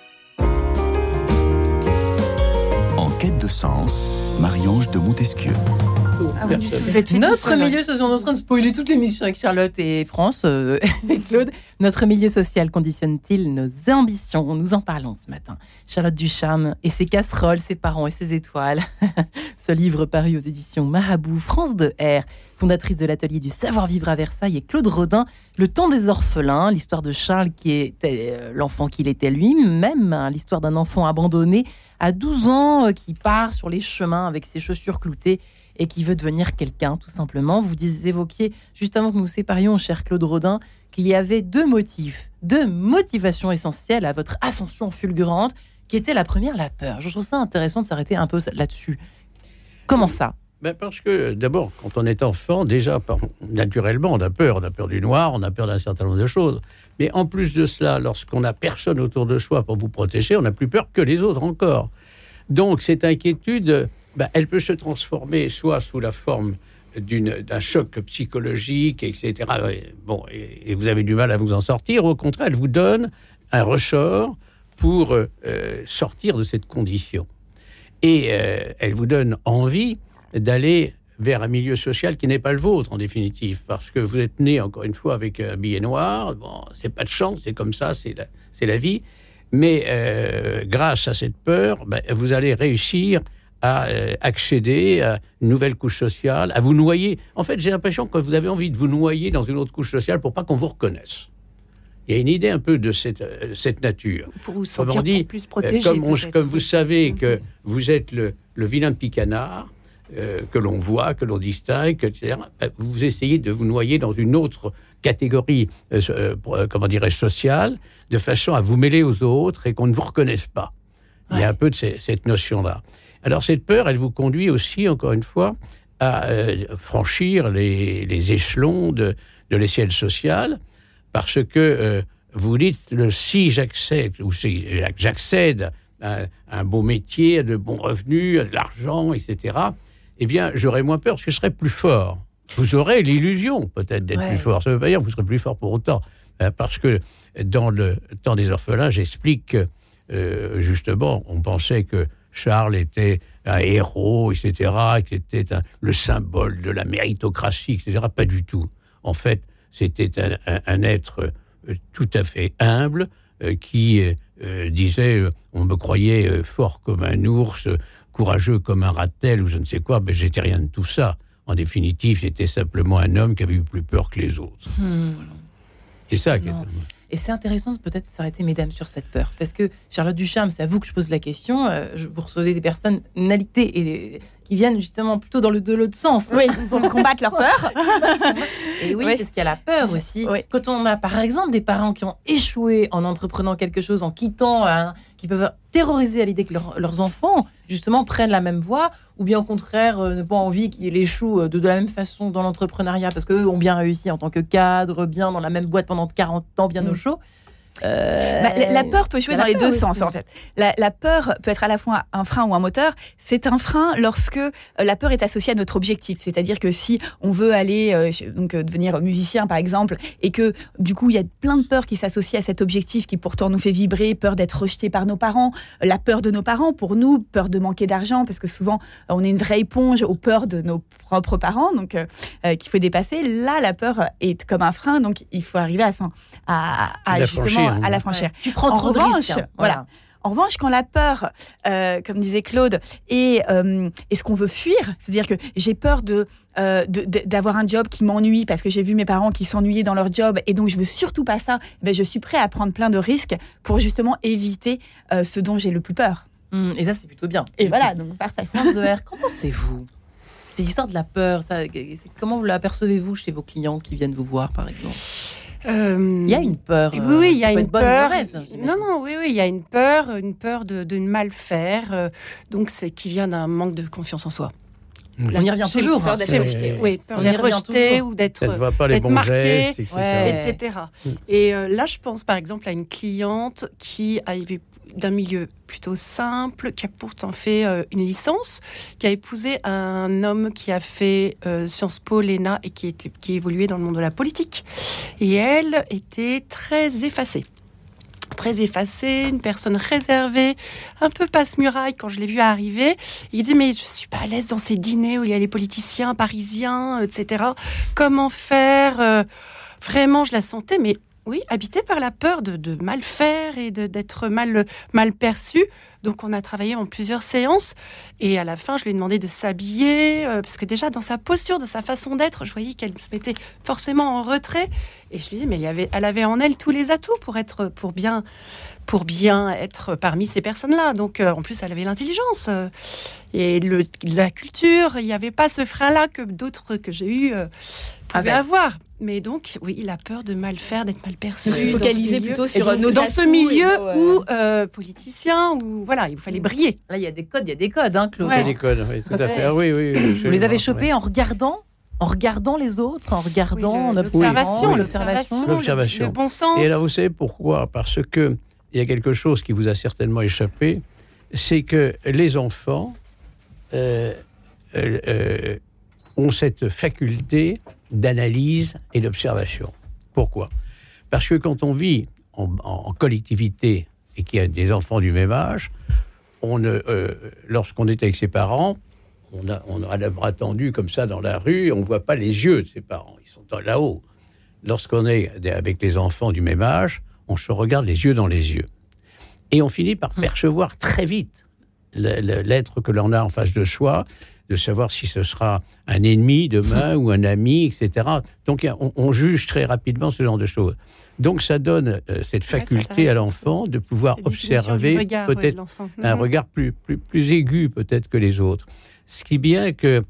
En quête de sens, Marie-Ange de Montesquieu. Ah, oui, du tout. Vous êtes fait Notre tout seul, milieu social, on est en train de spoiler toute l'émission avec Charlotte et France euh, et Claude. Notre milieu social conditionne-t-il nos ambitions? Nous en parlons ce matin. Charlotte Ducharme et ses casseroles, ses parents et ses étoiles. Ce livre paru aux éditions Marabout, France deux R, fondatrice de l'atelier du savoir-vivre à Versailles, et Claude Rodin, Le temps des orphelins, l'histoire de Charles qui était euh, l'enfant qu'il était lui-même, hein, l'histoire d'un enfant abandonné à douze ans euh, qui part sur les chemins avec ses chaussures cloutées et qui veut devenir quelqu'un, tout simplement. Vous évoquiez, juste avant que nous séparions, cher Claude Rodin, qu'il y avait deux motifs, deux motivations essentielles à votre ascension fulgurante, qui était la première, la peur. Je trouve ça intéressant de s'arrêter un peu là-dessus. Comment ça ? Ben parce que, d'abord, quand on est enfant, déjà, naturellement, on a peur. On a peur du noir, on a peur d'un certain nombre de choses. Mais en plus de cela, lorsqu'on n'a personne autour de soi pour vous protéger, on n'a plus peur que les autres encore. Donc, cette inquiétude... Ben, elle peut se transformer soit sous la forme d'une, d'un choc psychologique, et cetera. Bon, et, et vous avez du mal à vous en sortir. Au contraire, elle vous donne un ressort pour euh, sortir de cette condition. Et euh, elle vous donne envie d'aller vers un milieu social qui n'est pas le vôtre, en définitive, parce que vous êtes né, encore une fois, avec un billet noir. Bon, c'est pas de chance, c'est comme ça, c'est la, c'est la vie. Mais euh, grâce à cette peur, ben, vous allez réussir à euh, accéder à une nouvelle couche sociale, à vous noyer. En fait, j'ai l'impression que vous avez envie de vous noyer dans une autre couche sociale pour pas qu'on vous reconnaisse. Il y a une idée un peu de cette, euh, cette nature. Pour vous sentir dit, plus protégé. Euh, comme, on, comme vous oui. savez que mm-hmm. vous êtes le, le vilain petit canard, euh, que l'on voit, que l'on distingue, et cetera, vous essayez de vous noyer dans une autre catégorie, euh, euh, comment dirais-je, sociale, de façon à vous mêler aux autres et qu'on ne vous reconnaisse pas. Ouais. Il y a un peu de ces, cette notion-là. Alors, cette peur, elle vous conduit aussi, encore une fois, à euh, franchir les, les échelons de, de l'échelle sociale, parce que euh, vous dites, le, si j'accède, ou si j'accède à, à un beau métier, à de bons revenus, à de l'argent, et cetera, eh bien, j'aurai moins peur, parce que je serai plus fort. Vous aurez l'illusion, peut-être, d'être ouais. plus fort. Ça ne veut pas dire que vous serez plus fort pour autant, euh, parce que dans le temps des orphelins, j'explique que, euh, justement, on pensait que Charles était un héros, et cetera, que c'était un, le symbole de la méritocratie, et cetera. Pas du tout. En fait, c'était un, un, un être euh, tout à fait humble euh, qui euh, disait euh, « on me croyait euh, fort comme un ours, euh, courageux comme un ratel, ou je ne sais quoi, mais j'étais rien de tout ça. En définitive, j'étais simplement un homme qui avait eu plus peur que les autres. Mmh. » C'est ça qui est... Et c'est intéressant de peut-être s'arrêter, mesdames, sur cette peur. Parce que, Charlotte Ducharme, c'est à vous que je pose la question. Euh, vous recevez des personnalités et, qui viennent justement plutôt dans le de l'autre sens. Oui, pour combattre leur peur. Et oui, oui, parce qu'il y a la peur aussi. Oui. Quand on a, par exemple, des parents qui ont échoué en entreprenant quelque chose, en quittant, hein, qui peuvent terroriser à l'idée que leur, leurs enfants, justement, prennent la même voie, ou bien au contraire, euh, ne pas envie qu'ils échouent de, de la même façon dans l'entrepreneuriat, parce qu'eux ont bien réussi en tant que cadre, bien dans la même boîte pendant quarante ans, bien mmh. au chaud. Euh... Bah, la, la peur peut jouer dans les deux aussi. sens, en fait. La, la peur peut être à la fois un frein ou un moteur. C'est un frein lorsque euh, la peur est associée à notre objectif. C'est-à-dire que si on veut aller euh, donc, euh, devenir musicien, par exemple, et que, du coup, il y a plein de peurs qui s'associent à cet objectif qui, pourtant, nous fait vibrer. Peur d'être rejeté par nos parents, la peur de nos parents, pour nous, peur de manquer d'argent, parce que souvent, on est une vraie éponge aux peurs de nos propres parents, donc euh, euh, qu'il faut dépasser. Là, la peur est comme un frein, donc il faut arriver à, à, à, à justement... à la franchir. Ouais. Tu prends en trop revanche, de risques. Hein. Voilà. En revanche, quand la peur, euh, comme disait Claude, est, euh, est ce qu'on veut fuir, c'est-à-dire que j'ai peur de, euh, de, de, d'avoir un job qui m'ennuie parce que j'ai vu mes parents qui s'ennuyaient dans leur job et donc je veux surtout pas ça, ben je suis prêt à prendre plein de risques pour justement éviter euh, ce dont j'ai le plus peur. Mmh, et ça, c'est plutôt bien. Et voilà, donc parfait. France de R, qu'en pensez-vous ? Cette histoire de la peur, ça, comment vous l'apercevez-vous chez vos clients qui viennent vous voir, par exemple ? Euh, Il y a une peur. Oui, oui, il y a une peur. Mauvaise, non, non, oui, oui, il y a une peur, une peur de, de mal faire, euh, donc c'est qui vient d'un manque de confiance en soi. Oui. On y revient toujours. Peur d'être rejeté, oui, peur d'être rejeté ou d'être, ça ne voit pas les bons marqué, gestes, et cetera. Ouais. et cetera. Mm. Et euh, là, je pense par exemple à une cliente qui arrivait d'un milieu plutôt simple, qui a pourtant fait euh, une licence, qui a épousé un homme qui a fait euh, Sciences Po, l'E N A et qui, était, qui évoluait dans le monde de la politique. Et elle était très effacée. Très effacée, une personne réservée, un peu passe-muraille quand je l'ai vue arriver. Il dit, mais je suis pas à l'aise dans ces dîners où il y a les politiciens parisiens, et cetera. Comment faire euh, Vraiment, je la sentais, mais oui, habitée par la peur de, de mal faire et de, d'être mal, mal perçue. Donc, on a travaillé en plusieurs séances. Et à la fin, je lui ai demandé de s'habiller. Euh, parce que déjà, dans sa posture, de sa façon d'être, je voyais qu'elle se mettait forcément en retrait. Et je lui dis, mais il y avait, elle avait en elle tous les atouts pour, être, pour, bien, pour bien être parmi ces personnes-là. Donc, euh, en plus, elle avait l'intelligence. Euh, et le, la culture, il n'y avait pas ce frein-là que d'autres que j'ai eu euh, pouvaient ah ben. avoir. Mais donc, oui, il a peur de mal faire, d'être mal perçu. Se focaliser plutôt sur donc, nos dans atouts ce milieu nos, euh... où euh, politicien, où voilà, il fallait briller. Là, il y a des codes, il y a des codes, hein, Claude. Il y a des codes, oui, tout à fait. Ah, oui, oui, vous les avez chopés ouais. en regardant, en regardant les autres, en regardant, oui, en l'observation, oui. l'observation, l'observation, le, le bon sens. Et là, vous savez pourquoi ? Parce que il y a quelque chose qui vous a certainement échappé, c'est que les enfants euh, euh, euh, ont cette faculté d'analyse et d'observation. Pourquoi ? Parce que quand on vit en, en, en collectivité et qu'il y a des enfants du même âge, on, euh, lorsqu'on est avec ses parents, on a, on a le bras tendu comme ça dans la rue, et on ne voit pas les yeux de ses parents, ils sont là-haut. Lorsqu'on est avec les enfants du même âge, on se regarde les yeux dans les yeux. Et on finit par percevoir très vite l'être que l'on a en face de soi, de savoir si ce sera un ennemi demain ou un ami, et cetera. Donc, on, on juge très rapidement ce genre de choses. Donc, ça donne euh, cette faculté ouais, à l'enfant de pouvoir observer regard, peut-être ouais, un mmh. regard plus, plus, plus aigu peut-être que les autres. Ce qui est bien que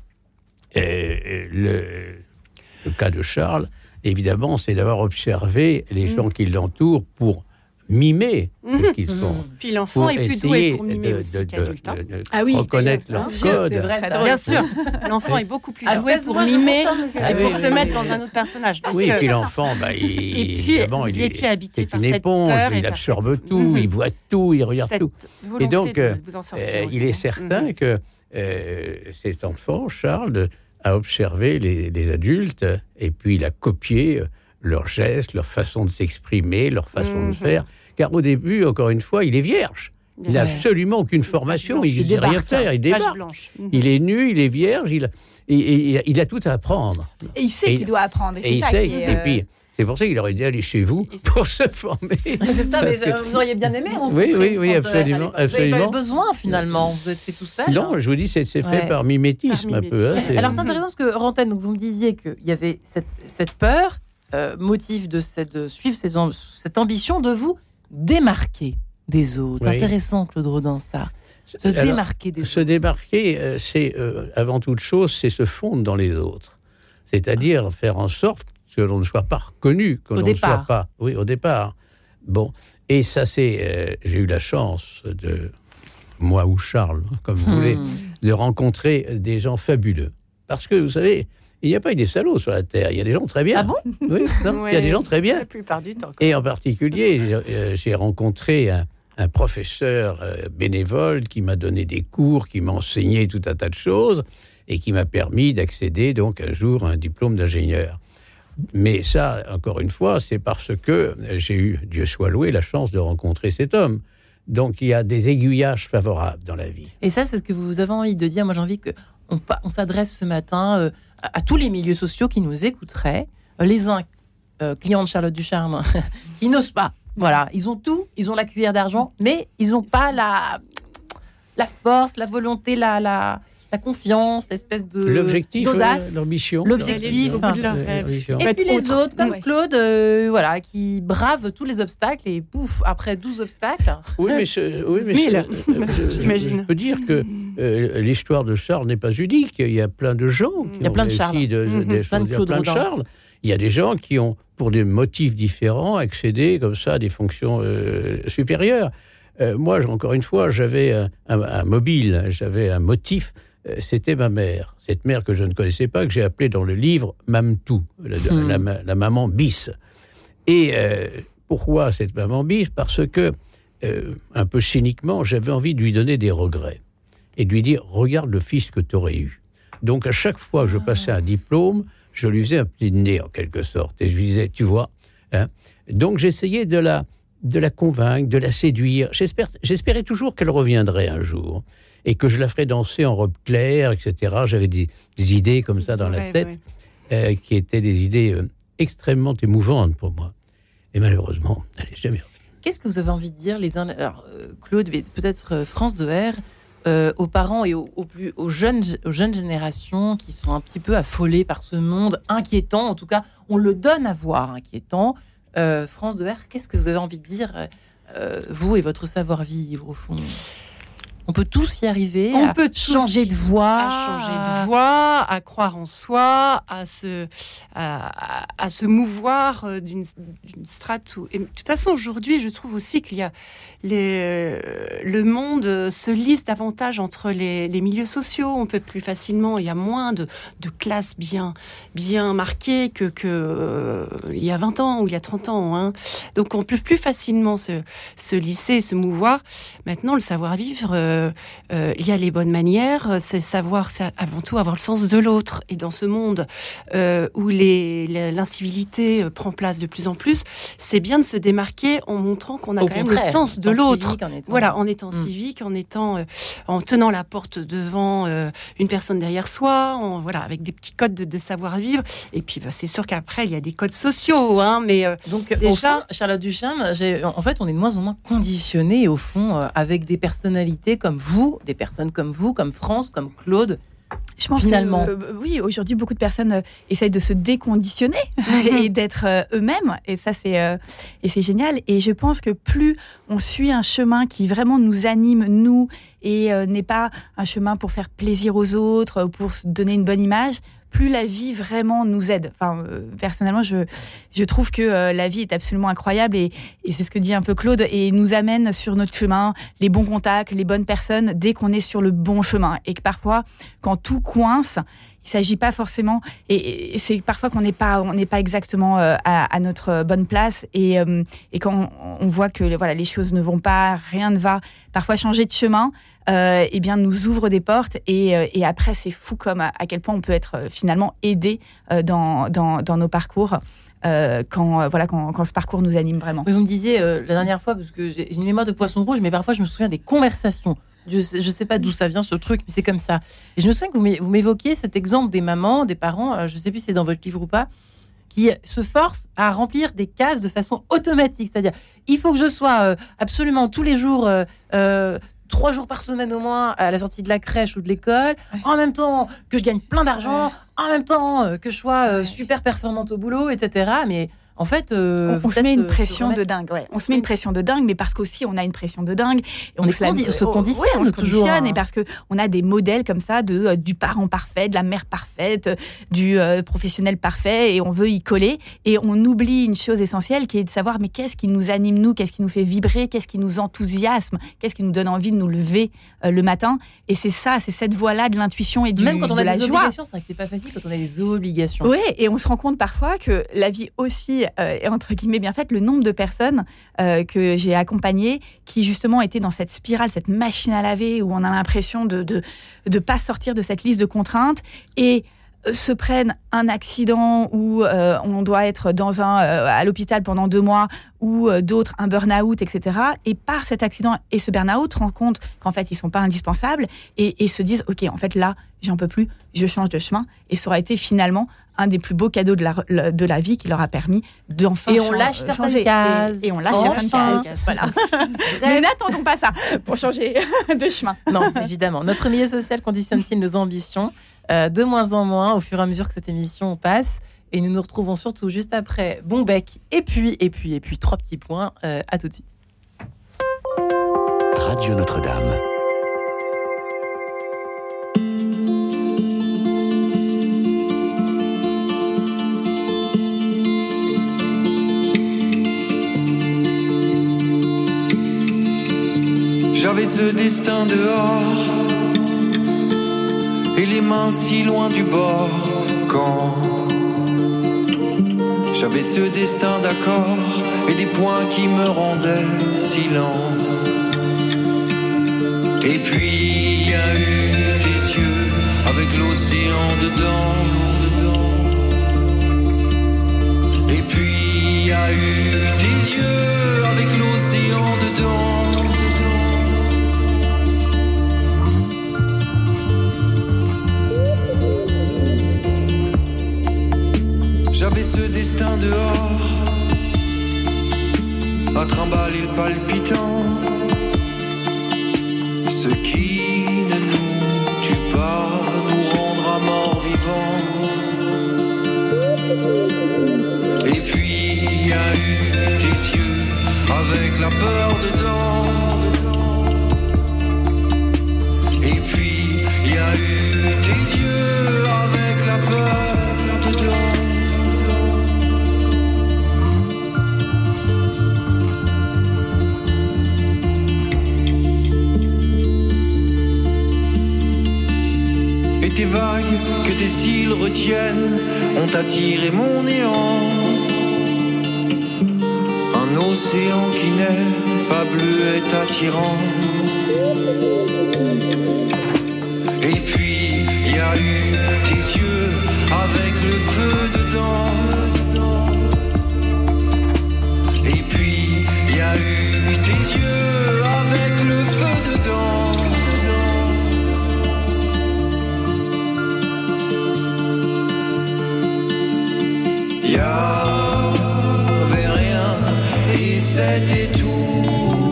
euh, le, le cas de Charles, évidemment, c'est d'avoir observé les mmh. gens qui l'entourent pour mimer mmh. ce qu'ils font. Mmh. Puis l'enfant est plus doué pour mimer de, aussi de, qu'adulte. De, de, de ah oui, reconnaître leur code. C'est vrai, ça, bien sûr. L'enfant est beaucoup plus doué pour mimer et pour se mettre dans un autre personnage. Oui, et puis l'enfant, bah, il, et puis, évidemment, il est, c'est une éponge, il absorbe tout, il voit tout, il regarde tout. Et donc, il est certain que cet enfant, Charles, a observé les adultes et puis il a copié leurs gestes, leur façon de s'exprimer, leur façon mmh. de faire. Car au début, encore une fois, il est vierge. Il n'a ouais. absolument aucune c'est formation, il ne sait rien faire, il débarque. Mmh. Il est nu, il est vierge, il a, il, il, il a tout à apprendre. Et il sait et qu'il doit apprendre. Et, et il sait, et euh... puis c'est pour ça qu'il aurait dû aller chez vous pour se former. C'est ça, mais que... vous auriez bien aimé rencontrer. Oui, oui, oui, absolument. Vous n'avez pas eu besoin, finalement. Vous êtes fait tout seul. Non, hein. Je vous dis, c'est, c'est fait ouais. par mimétisme par un peu. Hein, c'est... Alors, c'est intéressant parce que, Rantaine, donc, vous me disiez qu'il y avait cette, cette peur, euh, motif de, cette, de suivre ces amb- cette ambition de vous démarquer des autres. Oui. Intéressant, Claude Rodin, ça. Se Alors, démarquer des se autres. Se démarquer, euh, c'est, euh, avant toute chose, c'est se fondre dans les autres. C'est-à-dire ah. faire en sorte que l'on ne soit pas reconnu, que au l'on départ. ne soit pas... Oui, au départ. Bon, et ça, c'est... Euh, j'ai eu la chance de... Moi ou Charles, comme vous hmm. voulez, de rencontrer des gens fabuleux. Parce que, vous savez... Il n'y a pas eu des salauds sur la Terre. Il y a des gens très bien. Ah bon ? Oui, non, ouais, il y a des gens très bien. La plupart du temps. Et en particulier, euh, j'ai rencontré un, un professeur euh, bénévole qui m'a donné des cours, qui m'a enseigné tout un tas de choses et qui m'a permis d'accéder donc un jour à un diplôme d'ingénieur. Mais ça, encore une fois, c'est parce que j'ai eu, Dieu soit loué, la chance de rencontrer cet homme. Donc, il y a des aiguillages favorables dans la vie. Et ça, c'est ce que vous avez envie de dire. Moi, j'ai envie qu'on on s'adresse ce matin... Euh, à tous les milieux sociaux qui nous écouteraient, les uns, euh, clients de Charlotte Ducharme, qui n'osent pas Voilà, ils ont tout, ils ont la cuillère d'argent, mais ils n'ont pas la, la force, la volonté, la, la, la confiance, l'espèce de l'objectif, d'audace, euh, l'ambition, l'objectif. Au bout de leur rêve. Et puis les autres, comme Ouais. Claude, euh, voilà, qui bravent tous les obstacles et pouf, après douze obstacles. Oui, mais, je, oui, mais mille, je, euh, je- j'imagine. je peux dire que euh, l'histoire de Charles n'est pas unique. Il y a plein de gens qui Il y a ont plein de réussi Charles. de, Mhm. des Plein de choses. Il y a Claude plein de Rodin. Charles. Il y a des gens qui ont, pour des motifs différents, accédé comme ça à des fonctions euh, supérieures. Euh, moi, encore une fois, j'avais un, un- un mobile, j'avais un motif. euh, C'était ma mère. Cette mère que je ne connaissais pas, que j'ai appelée dans le livre Mamtou, la, Hmm. la- la- la maman bis. Et euh, pourquoi cette maman bis ? Parce que, euh, un peu cyniquement, j'avais envie de lui donner des regrets et de lui dire, regarde le fils que tu aurais eu. Donc, à chaque fois que je passais un diplôme, je lui faisais un petit nez, en quelque sorte. Et je lui disais, tu vois. Hein. Donc, j'essayais de la, de la convaincre, de la séduire. J'espère, j'espérais toujours qu'elle reviendrait un jour et que je la ferais danser en robe claire, et cetera. J'avais des, des idées comme ça dans la Rêve, tête, ouais. euh, qui étaient des idées euh, extrêmement émouvantes pour moi. Et malheureusement, elle n'est jamais revenue. Qu'est-ce que vous avez envie de dire les uns alors, euh, Claude, mais peut-être euh, France de R, euh, aux parents et aux, aux plus, aux, jeunes, aux jeunes générations qui sont un petit peu affolées par ce monde inquiétant, en tout cas, on le donne à voir inquiétant. Euh, France de R, qu'est-ce que vous avez envie de dire, euh, vous et votre savoir-vivre, au fond ? On peut tous y arriver, On à peut tous changer de voix, à changer de voix, à croire en soi, à se, à, à- à se mouvoir euh, d'une, d'une strate. Où... Et de toute façon, aujourd'hui, je trouve aussi qu'il y a les, le monde se lisse davantage entre les, les milieux sociaux. On peut plus facilement, il y a moins de, de classes bien, bien marquées que, que euh, il y a vingt ans ou il y a trente ans. Hein. Donc, on peut plus facilement se, se lisser, se mouvoir. Maintenant, le savoir-vivre, euh, euh, il y a les bonnes manières, c'est savoir, c'est avant tout avoir le sens de l'autre. Et dans ce monde euh, où les, les- l'incivilité euh, prend place de plus en plus, c'est bien de se démarquer en montrant qu'on a Au quand même contraire, le sens de en l'autre. civique, en étant- Voilà, en étant Mm. civique, en étant, euh, en tenant la porte devant euh, une personne derrière soi, en, voilà, avec des petits codes de, de savoir-vivre. Et puis, bah, c'est sûr qu'après, il y a des codes sociaux, hein, mais euh, Donc, Déjà- au fond, Charlotte Ducharme, j'ai, en fait, on est de moins en moins conditionné, au fond, euh, avec des personnalités comme vous, des personnes comme vous, comme France, comme Claude. Je pense Finalement. que euh, oui, aujourd'hui, beaucoup de personnes euh, essayent de se déconditionner et d'être euh, eux-mêmes. Et ça, c'est euh, et c'est génial. Et je pense que plus on suit un chemin qui vraiment nous anime, nous, et euh, n'est pas un chemin pour faire plaisir aux autres, pour se donner une bonne image, plus la vie vraiment nous aide. Enfin, euh, personnellement, je, je trouve que euh, la vie est absolument incroyable et, et c'est ce que dit un peu Claude et nous amène sur notre chemin les bons contacts, les bonnes personnes dès qu'on est sur le bon chemin. Et que parfois, quand tout coince, il s'agit pas forcément et, et c'est parfois qu'on n'est pas on n'est pas exactement euh, à, à notre bonne place et, euh, et quand on, on voit que voilà les choses ne vont pas, rien ne va, parfois changer de chemin euh, eh bien nous ouvre des portes et, euh, et après c'est fou comme à, à quel point on peut être euh, finalement aidé euh, dans, dans dans nos parcours euh, quand euh, voilà quand, quand ce parcours nous anime vraiment. Mais vous me disiez euh, la dernière fois, parce que j'ai, j'ai une mémoire de poisson rouge, mais parfois je me souviens des conversations. Je sais, je sais pas d'où ça vient ce truc, mais c'est comme ça. Et je me souviens que vous, m'é- vous m'évoquiez cet exemple des mamans, des parents, euh, je sais plus si c'est dans votre livre ou pas, qui se forcent à remplir des cases de façon automatique. C'est-à-dire, il faut que je sois euh, absolument tous les jours, euh, euh, trois jours par semaine au moins, à la sortie de la crèche ou de l'école, Ouais. en même temps que je gagne plein d'argent, Ouais. en même temps euh, que je sois euh, Ouais. super performante au boulot, et cetera. Mais en fait, euh, on, vous on se faites, met une euh, pression remettre- de dingue. Ouais. On se met une pression de dingue, mais parce qu'aussi on a une pression de dingue. Et On se la- condi- on se oh, conditionne ouais, on se toujours, conditionne, hein. et parce que on a des modèles comme ça de euh, du parent parfait, de la mère parfaite, euh, du euh, professionnel parfait, et on veut y coller. Et on oublie une chose essentielle, qui est de savoir mais qu'est-ce qui nous anime nous, qu'est-ce qui nous fait vibrer, qu'est-ce qui nous enthousiasme, qu'est-ce qui nous donne envie de nous lever euh, le matin. Et c'est ça, c'est cette voie-là de l'intuition et du, Même quand on de a la des joie. obligations, c'est vrai que c'est pas facile quand on a des obligations. Oui, et on se rend compte parfois que la vie aussi euh, est entre guillemets bien faite. Le nombre de personnes euh, que j'ai accompagnées qui justement étaient dans cette spirale, cette machine à laver où on a l'impression de de de pas sortir de cette liste de contraintes et se prennent un accident où euh, on doit être dans un, euh, à l'hôpital pendant deux mois ou euh, d'autres un burn-out, et cetera. Et par cet accident et ce burn-out, se rendent compte qu'en fait, ils ne sont pas indispensables et, et se disent « Ok, en fait, là, j'en peux plus, je change de chemin. » Et ça aura été finalement un des plus beaux cadeaux de la, de la vie qui leur a permis d'enfin et on lâche changer. certaines cases. Et, et on lâche enfin. certaines cases. Voilà. Mais n'attendons pas ça pour changer de chemin. Non, évidemment. Notre milieu social conditionne-t-il nos ambitions ? Euh, de moins en moins au fur et à mesure que cette émission passe. Et nous nous retrouvons surtout juste après Bombec. Et puis, et puis, et puis, trois petits points. Euh, à tout de suite. Radio Notre-Dame. J'avais ce destin dehors et les mains si loin du bord. Quand j'avais ce destin d'accord et des points qui me rendaient si lent. Et puis il y a eu tes yeux avec l'océan dedans. Et puis il y a eu tes yeux avec l'océan dedans. J'avais ce destin dehors, à trimballer le palpitant. Ce qui ne nous tue pas nous rendra morts vivants. Et puis il y a eu tes yeux avec la peur dedans. Et puis il y a eu tes yeux avec la peur dedans. Tes vagues que tes cils retiennent ont attiré mon néant. Un océan qui n'est pas bleu est attirant. Et puis il y a eu tes yeux avec le feu dedans. Et puis il y a eu tes yeux avec le feu dedans. Il y avait rien et c'était tout.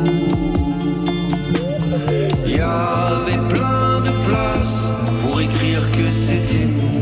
Il y avait plein de place pour écrire que c'était nous.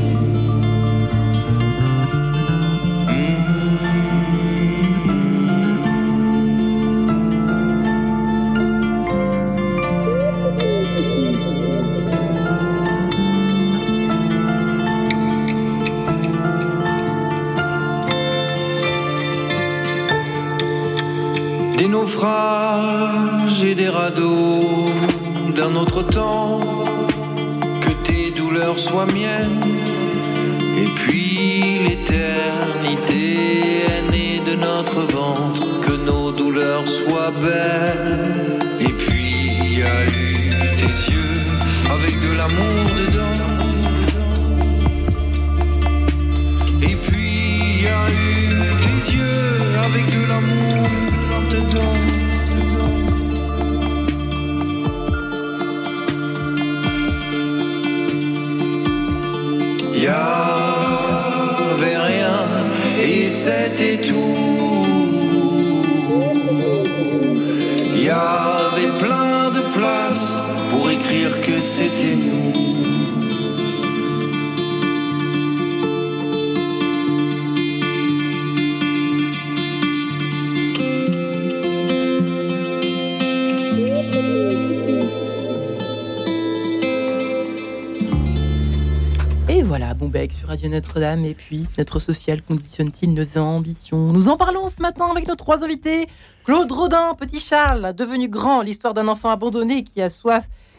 Des naufrages et des radeaux d'un autre temps, que tes douleurs soient miennes, et puis l'éternité est née de notre ventre, que nos douleurs soient belles. Et puis il y a eu tes yeux avec de l'amour dedans. Et puis il y a eu tes yeux avec de l'amour dedans. Il y avait rien et c'était tout. Il y avait plein de place pour écrire que c'était nous. Bombec sur Radio Notre-Dame. Et puis, notre social conditionne-t-il nos ambitions? Nous en parlons ce matin avec nos trois invités. Claude Rodin, petit Charles, devenu grand, l'histoire d'un enfant abandonné qui a soif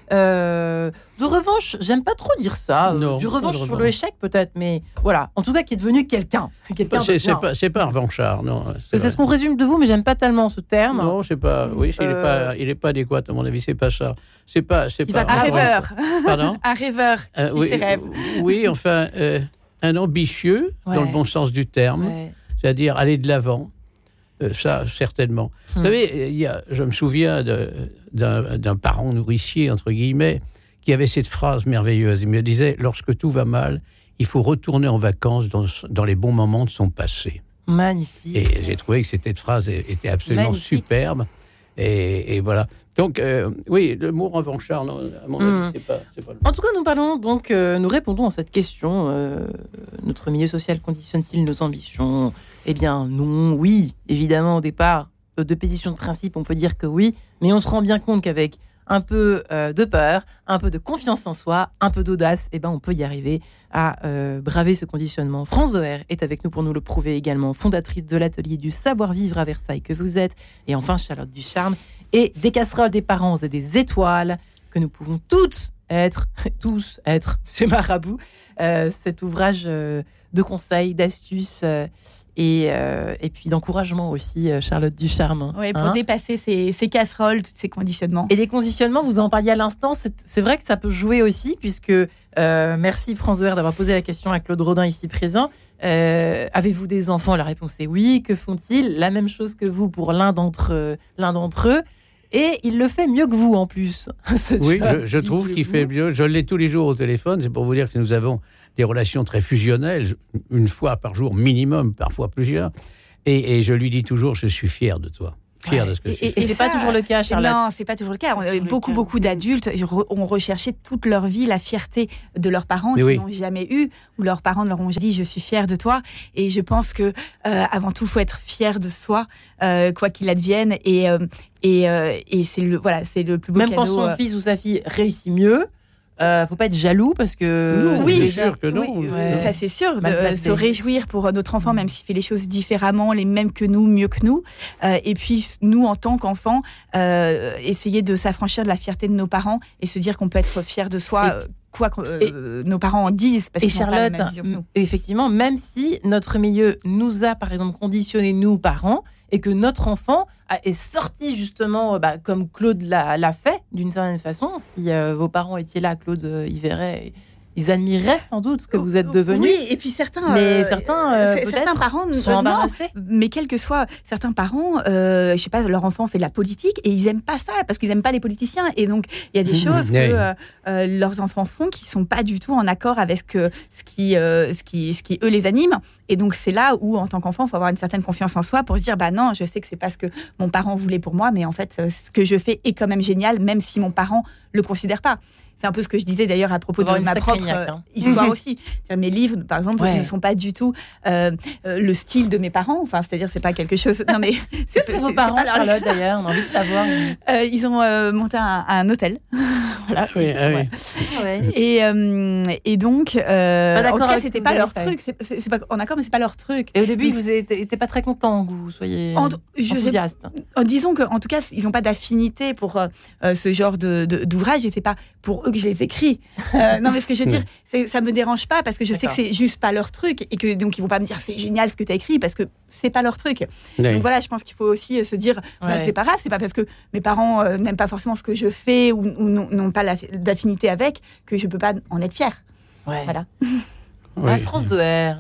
euh, de revanche, j'aime pas trop dire ça, euh, Non, du pas de revanche sur revanche. le échec peut-être, mais voilà, en tout cas qui est devenu quelqu'un. quelqu'un C'est, de c'est bien. pas, c'est pas un revanchard, non. C'est, vrai. ce qu'on résume de vous, mais j'aime pas tellement ce terme. Non, c'est pas. Oui, il n'est Euh, pas, il est pas adéquat à mon avis. C'est pas ça. C'est pas. C'est Qui pas va Un Ah, rêveur. Pardon. Un rêveur Euh, qui oui, ses rêves. oui, enfin, euh, un ambitieux Ouais. dans le bon sens du terme, Ouais. c'est-à-dire aller de l'avant. Euh, ça, certainement. Hmm. Vous savez, il y a, je me souviens de, d'un, d'un parent nourricier, entre guillemets, qui avait cette phrase merveilleuse. Il me disait, lorsque tout va mal, il faut retourner en vacances dans, dans les bons moments de son passé. Magnifique. Et j'ai trouvé que cette phrase était absolument Magnifique. superbe. Et, et voilà. Donc, euh, oui, le mot revanchard, non, à mon Hmm. avis, c'est pas, c'est pas le En tout cas, nous parlons donc, euh, nous répondons à cette question. euh, notre milieu social conditionne-t-il nos ambitions ? Eh bien, non, oui, évidemment, au départ, euh, de pétition de principe, on peut dire que oui, mais on se rend bien compte qu'avec un peu euh, de peur, un peu de confiance en soi, un peu d'audace, eh ben, on peut y arriver à euh, braver ce conditionnement. France Zoher est avec nous pour nous le prouver également, fondatrice de l'atelier du savoir-vivre à Versailles que vous êtes, et enfin Charlotte Ducharme, et des casseroles des parents et des étoiles que nous pouvons toutes être, tous être, chez Marabout, euh, cet ouvrage euh, de conseils, d'astuces euh, et, euh, et puis d'encouragement aussi, euh, Charlotte Ducharme. Oui, pour Hein. dépasser ces, ces casseroles, tous ces conditionnements. Et les conditionnements, vous en parliez à l'instant, c'est, c'est vrai que ça peut jouer aussi, puisque, euh, merci France Zoher d'avoir posé la question à Claude Rodin ici présent. Euh, avez-vous des enfants ? La réponse est oui. Que font-ils ? La même chose que vous pour l'un d'entre, euh, l'un d'entre eux. Et il le fait mieux que vous en plus. ce Oui, job, je, je trouve qu'il dites-vous. fait mieux. Je l'ai tous les jours au téléphone. C'est pour vous dire que nous avons des relations très fusionnelles, une fois par jour minimum, parfois plusieurs. Et, et je lui dis toujours, je suis fier de toi. Fier Ouais. de ce que Et- tu fais. Et, c'est pas ça, toujours le cas, Charlotte. Non, c'est pas toujours le cas. On avait toujours le beaucoup, cas. beaucoup d'adultes re- ont recherché toute leur vie la fierté de leurs parents Mais qu'ils oui. n'ont jamais eu, ou leurs parents leur ont dit « je suis fier de toi ». Et je pense que euh, avant tout, il faut être fier de soi, euh, quoi qu'il advienne. Et, euh, et, euh, et c'est le, voilà, c'est le plus beau Même cadeau. quand son euh, fils ou sa fille réussit mieux, euh, faut pas être jaloux parce que Non, c'est oui, déjà- bien sûr que non. Oui, Ouais. ça c'est sûr, de Mal euh, placé. se réjouir pour notre enfant, même s'il fait les choses différemment, les mêmes que nous, mieux que nous. Euh, et puis nous, en tant qu'enfants, euh, essayer de s'affranchir de la fierté de nos parents et se dire qu'on peut être fier de soi, Et- euh, quoi que euh, nos parents en disent, parce Et qu'ils n'ont pas la Charlotte, même vision que nous. m- effectivement, même si notre milieu nous a, par exemple, conditionné, nous, parents, et que notre enfant a- est sorti justement, euh, bah, comme Claude l'a, l'a fait, d'une certaine façon, si euh, vos parents étaient là, Claude euh, y verrait, ils admireraient sans doute ce que vous êtes devenu. Oui, et puis certains, Mais euh, certains, euh, c- peut-être, certains parents sont euh, non, embarrassés. mais quel que soit, certains parents, euh, je sais pas, leur enfant fait de la politique et ils aiment pas ça parce qu'ils aiment pas les politiciens. Et donc il y a des Mmh, choses que ouais. euh, euh, leurs enfants font qui sont pas du tout en accord avec ce que ce qui euh, ce qui ce qui eux les anime. Et donc c'est là où en tant qu'enfant, il faut avoir une certaine confiance en soi pour se dire bah non, je sais que c'est pas ce que mon parent voulait pour moi, mais en fait euh, ce que je fais est quand même génial, même si mon parent le considère pas. C'est un peu ce que je disais d'ailleurs à propos Faut avoir de une ma sacrée propre niaque, euh, hein. histoire aussi. C'est-à-dire, mes livres, par exemple, Ouais. ne sont pas du tout euh, euh, le style de mes parents. Enfin, c'est-à-dire, c'est pas quelque chose. Non, mais C'est que vos parents, pas leur- Charlotte, d'ailleurs, on a envie de savoir. Euh, ils ont euh, monté un, un hôtel. Voilà. Oui, ah oui. Ouais. Et, euh, et donc, euh, Pas en d'accord tout cas, avec ce c'était que pas vous leur avez fait. truc. C'est, c'est, c'est pas en accord, mais c'est pas leur truc. Et au début, vous n'étiez pas très content que vous soyez En- je sais- enthousiaste. En disons qu'en tout cas, ils n'ont pas d'affinité pour euh, euh, ce genre de, de- d'ouvrage et c'est pas pour eux que je les écris. Euh, non, mais ce que je veux dire, c'est, ça me dérange pas parce que je sais que D'accord. c'est juste pas leur truc et que donc ils vont pas me dire c'est génial ce que tu as écrit parce que c'est pas leur truc. Oui. Donc voilà, je pense qu'il faut aussi euh, se dire bah, Ouais. c'est pas grave, c'est pas parce que mes parents euh, n'aiment pas forcément ce que je fais ou, ou n'ont, n'ont pas la- d'affinité avec que je peux pas en être fière. Ouais. Voilà. Oui. La France de R.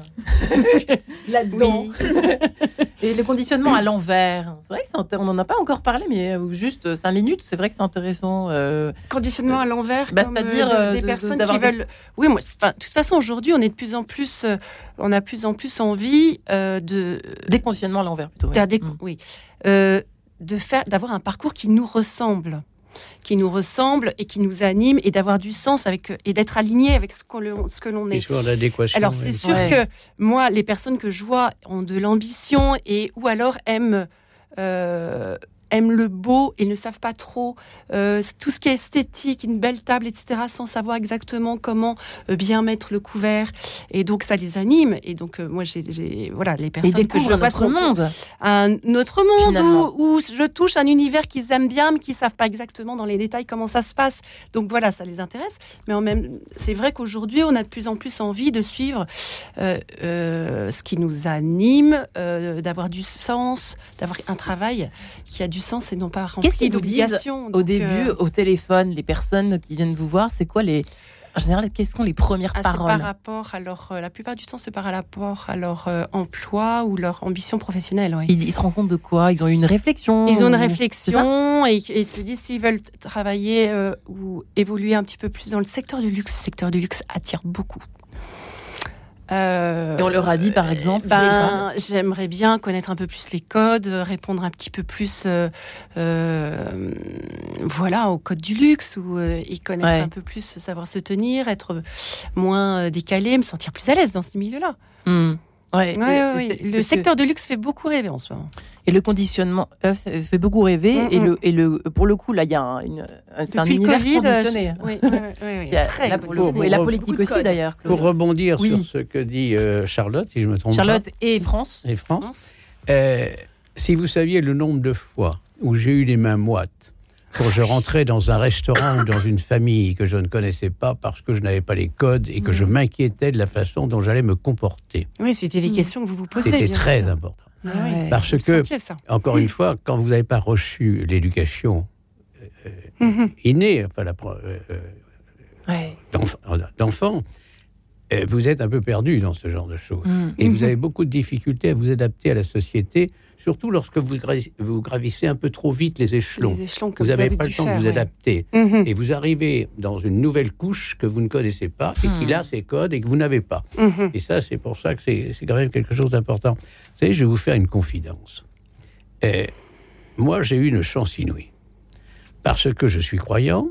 Là-dedans. Et le conditionnement à l'envers. C'est vrai que c'est intér- on n'en a pas encore parlé, mais euh, juste cinq minutes, c'est vrai que c'est intéressant. euh, Conditionnement à l'envers, Bah, comme, c'est-à-dire, euh, de- euh, des de- de- personnes d'avoir qui des- veulent. Oui, moi, c'est- enfin, de toute façon, aujourd'hui, on est de plus en plus, euh, on a de plus en plus envie euh, de, Déconditionnement à l'envers, plutôt. ouais. faire des- Mm. oui, euh, de faire, d'avoir un parcours qui nous ressemble, qui nous ressemble et qui nous anime et d'avoir du sens avec et d'être aligné avec ce, qu'on, le- ce que l'on Ils est. sont en adéquation. Alors oui. c'est sûr Ouais. que moi, les personnes que je vois ont de l'ambition et ou alors aiment euh, aiment le beau et ne savent pas trop euh, tout ce qui est esthétique, une belle table, et cetera, sans savoir exactement comment euh, bien mettre le couvert. Et donc, ça les anime. Et donc, euh, moi, j'ai, j'ai voilà, les personnes Ils que je découvrent vois notre sont- monde. un autre monde Finalement. où, où je touche un univers qu'ils aiment bien, mais qui ne savent pas exactement dans les détails comment ça se passe. Donc voilà, ça les intéresse. Mais en même, c'est vrai qu'aujourd'hui, on a de plus en plus envie de suivre euh, euh, ce qui nous anime, euh, d'avoir du sens, d'avoir un travail qui a du sens et non pas rempli Qu'est-ce qu'ils vous disent d'obligations. Au Donc, début, euh, au téléphone, les personnes qui viennent vous voir, c'est quoi les... En général, quelles sont les premières ah, c'est paroles? par rapport à leur, euh, la plupart du temps, c'est par rapport à leur euh, emploi ou leur ambition professionnelle. Oui. Ils, ils se rendent compte de quoi? Ils ont eu une réflexion? Ils ont une ou- réflexion et, et ils se disent s'ils veulent travailler euh, ou évoluer un petit peu plus dans le secteur du luxe. Le secteur du luxe attire beaucoup. Euh, Et on leur a dit, par exemple, ben, j'aimerais bien connaître un peu plus les codes, répondre un petit peu plus, euh, euh, voilà, aux codes du luxe ou euh, et connaître Ouais. un peu plus, savoir se tenir, être moins euh, décalé, me sentir plus à l'aise dans ce milieu-là. Hmm. Ouais, Ouais, ouais, et- ouais. et c'est- Le parce que- secteur de luxe fait beaucoup rêver en ce moment. Et le conditionnement euh, ça fait beaucoup rêver. Mm, et, mm. le, et le, pour le coup, là, il y a un, une, un- c'est un Depuis le univers Covid, conditionné. euh, je- oui, oui, oui, oui, Il y a très la, conditionné. politique- et la Beaucoup politique de aussi, codes. d'ailleurs. Claude. Pour rebondir Oui. sur ce que dit euh, Charlotte, si je me trompe Charlotte et France. pas, et France, euh, si vous saviez le nombre de fois où j'ai eu les mains moites quand je rentrais dans un restaurant ou dans une famille que je ne connaissais pas parce que je n'avais pas les codes et que je m'inquiétais de la façon dont j'allais me comporter. Oui, c'était les Mm. questions que vous vous posez. C'était bien très sûr. important. Ah oui. Ouais. Parce Vous que, sentiez ça. encore une fois, quand vous n'avez pas reçu l'éducation euh, Mhm. innée, enfin, la, pro- euh, euh, Ouais. d'enf- d'enfant, euh, vous êtes un peu perdu dans ce genre de choses. Mm. Et vous avez beaucoup de difficultés à vous adapter à la société, surtout lorsque vous, gra- vous gravissez un peu trop vite les échelons. Les échelons que Vous vous, n'avez avez pas dû le temps faire, de vous ouais. adapter. Mhm. Et vous arrivez dans une nouvelle couche que vous ne connaissez pas et Hmm. qui a ses codes et que vous n'avez pas. Mhm. Et ça, c'est pour ça que c'est c'est quand même quelque chose d'important. Vous savez, je vais vous faire une confidence. Euh, moi, j'ai eu une chance inouïe. Parce que je suis croyant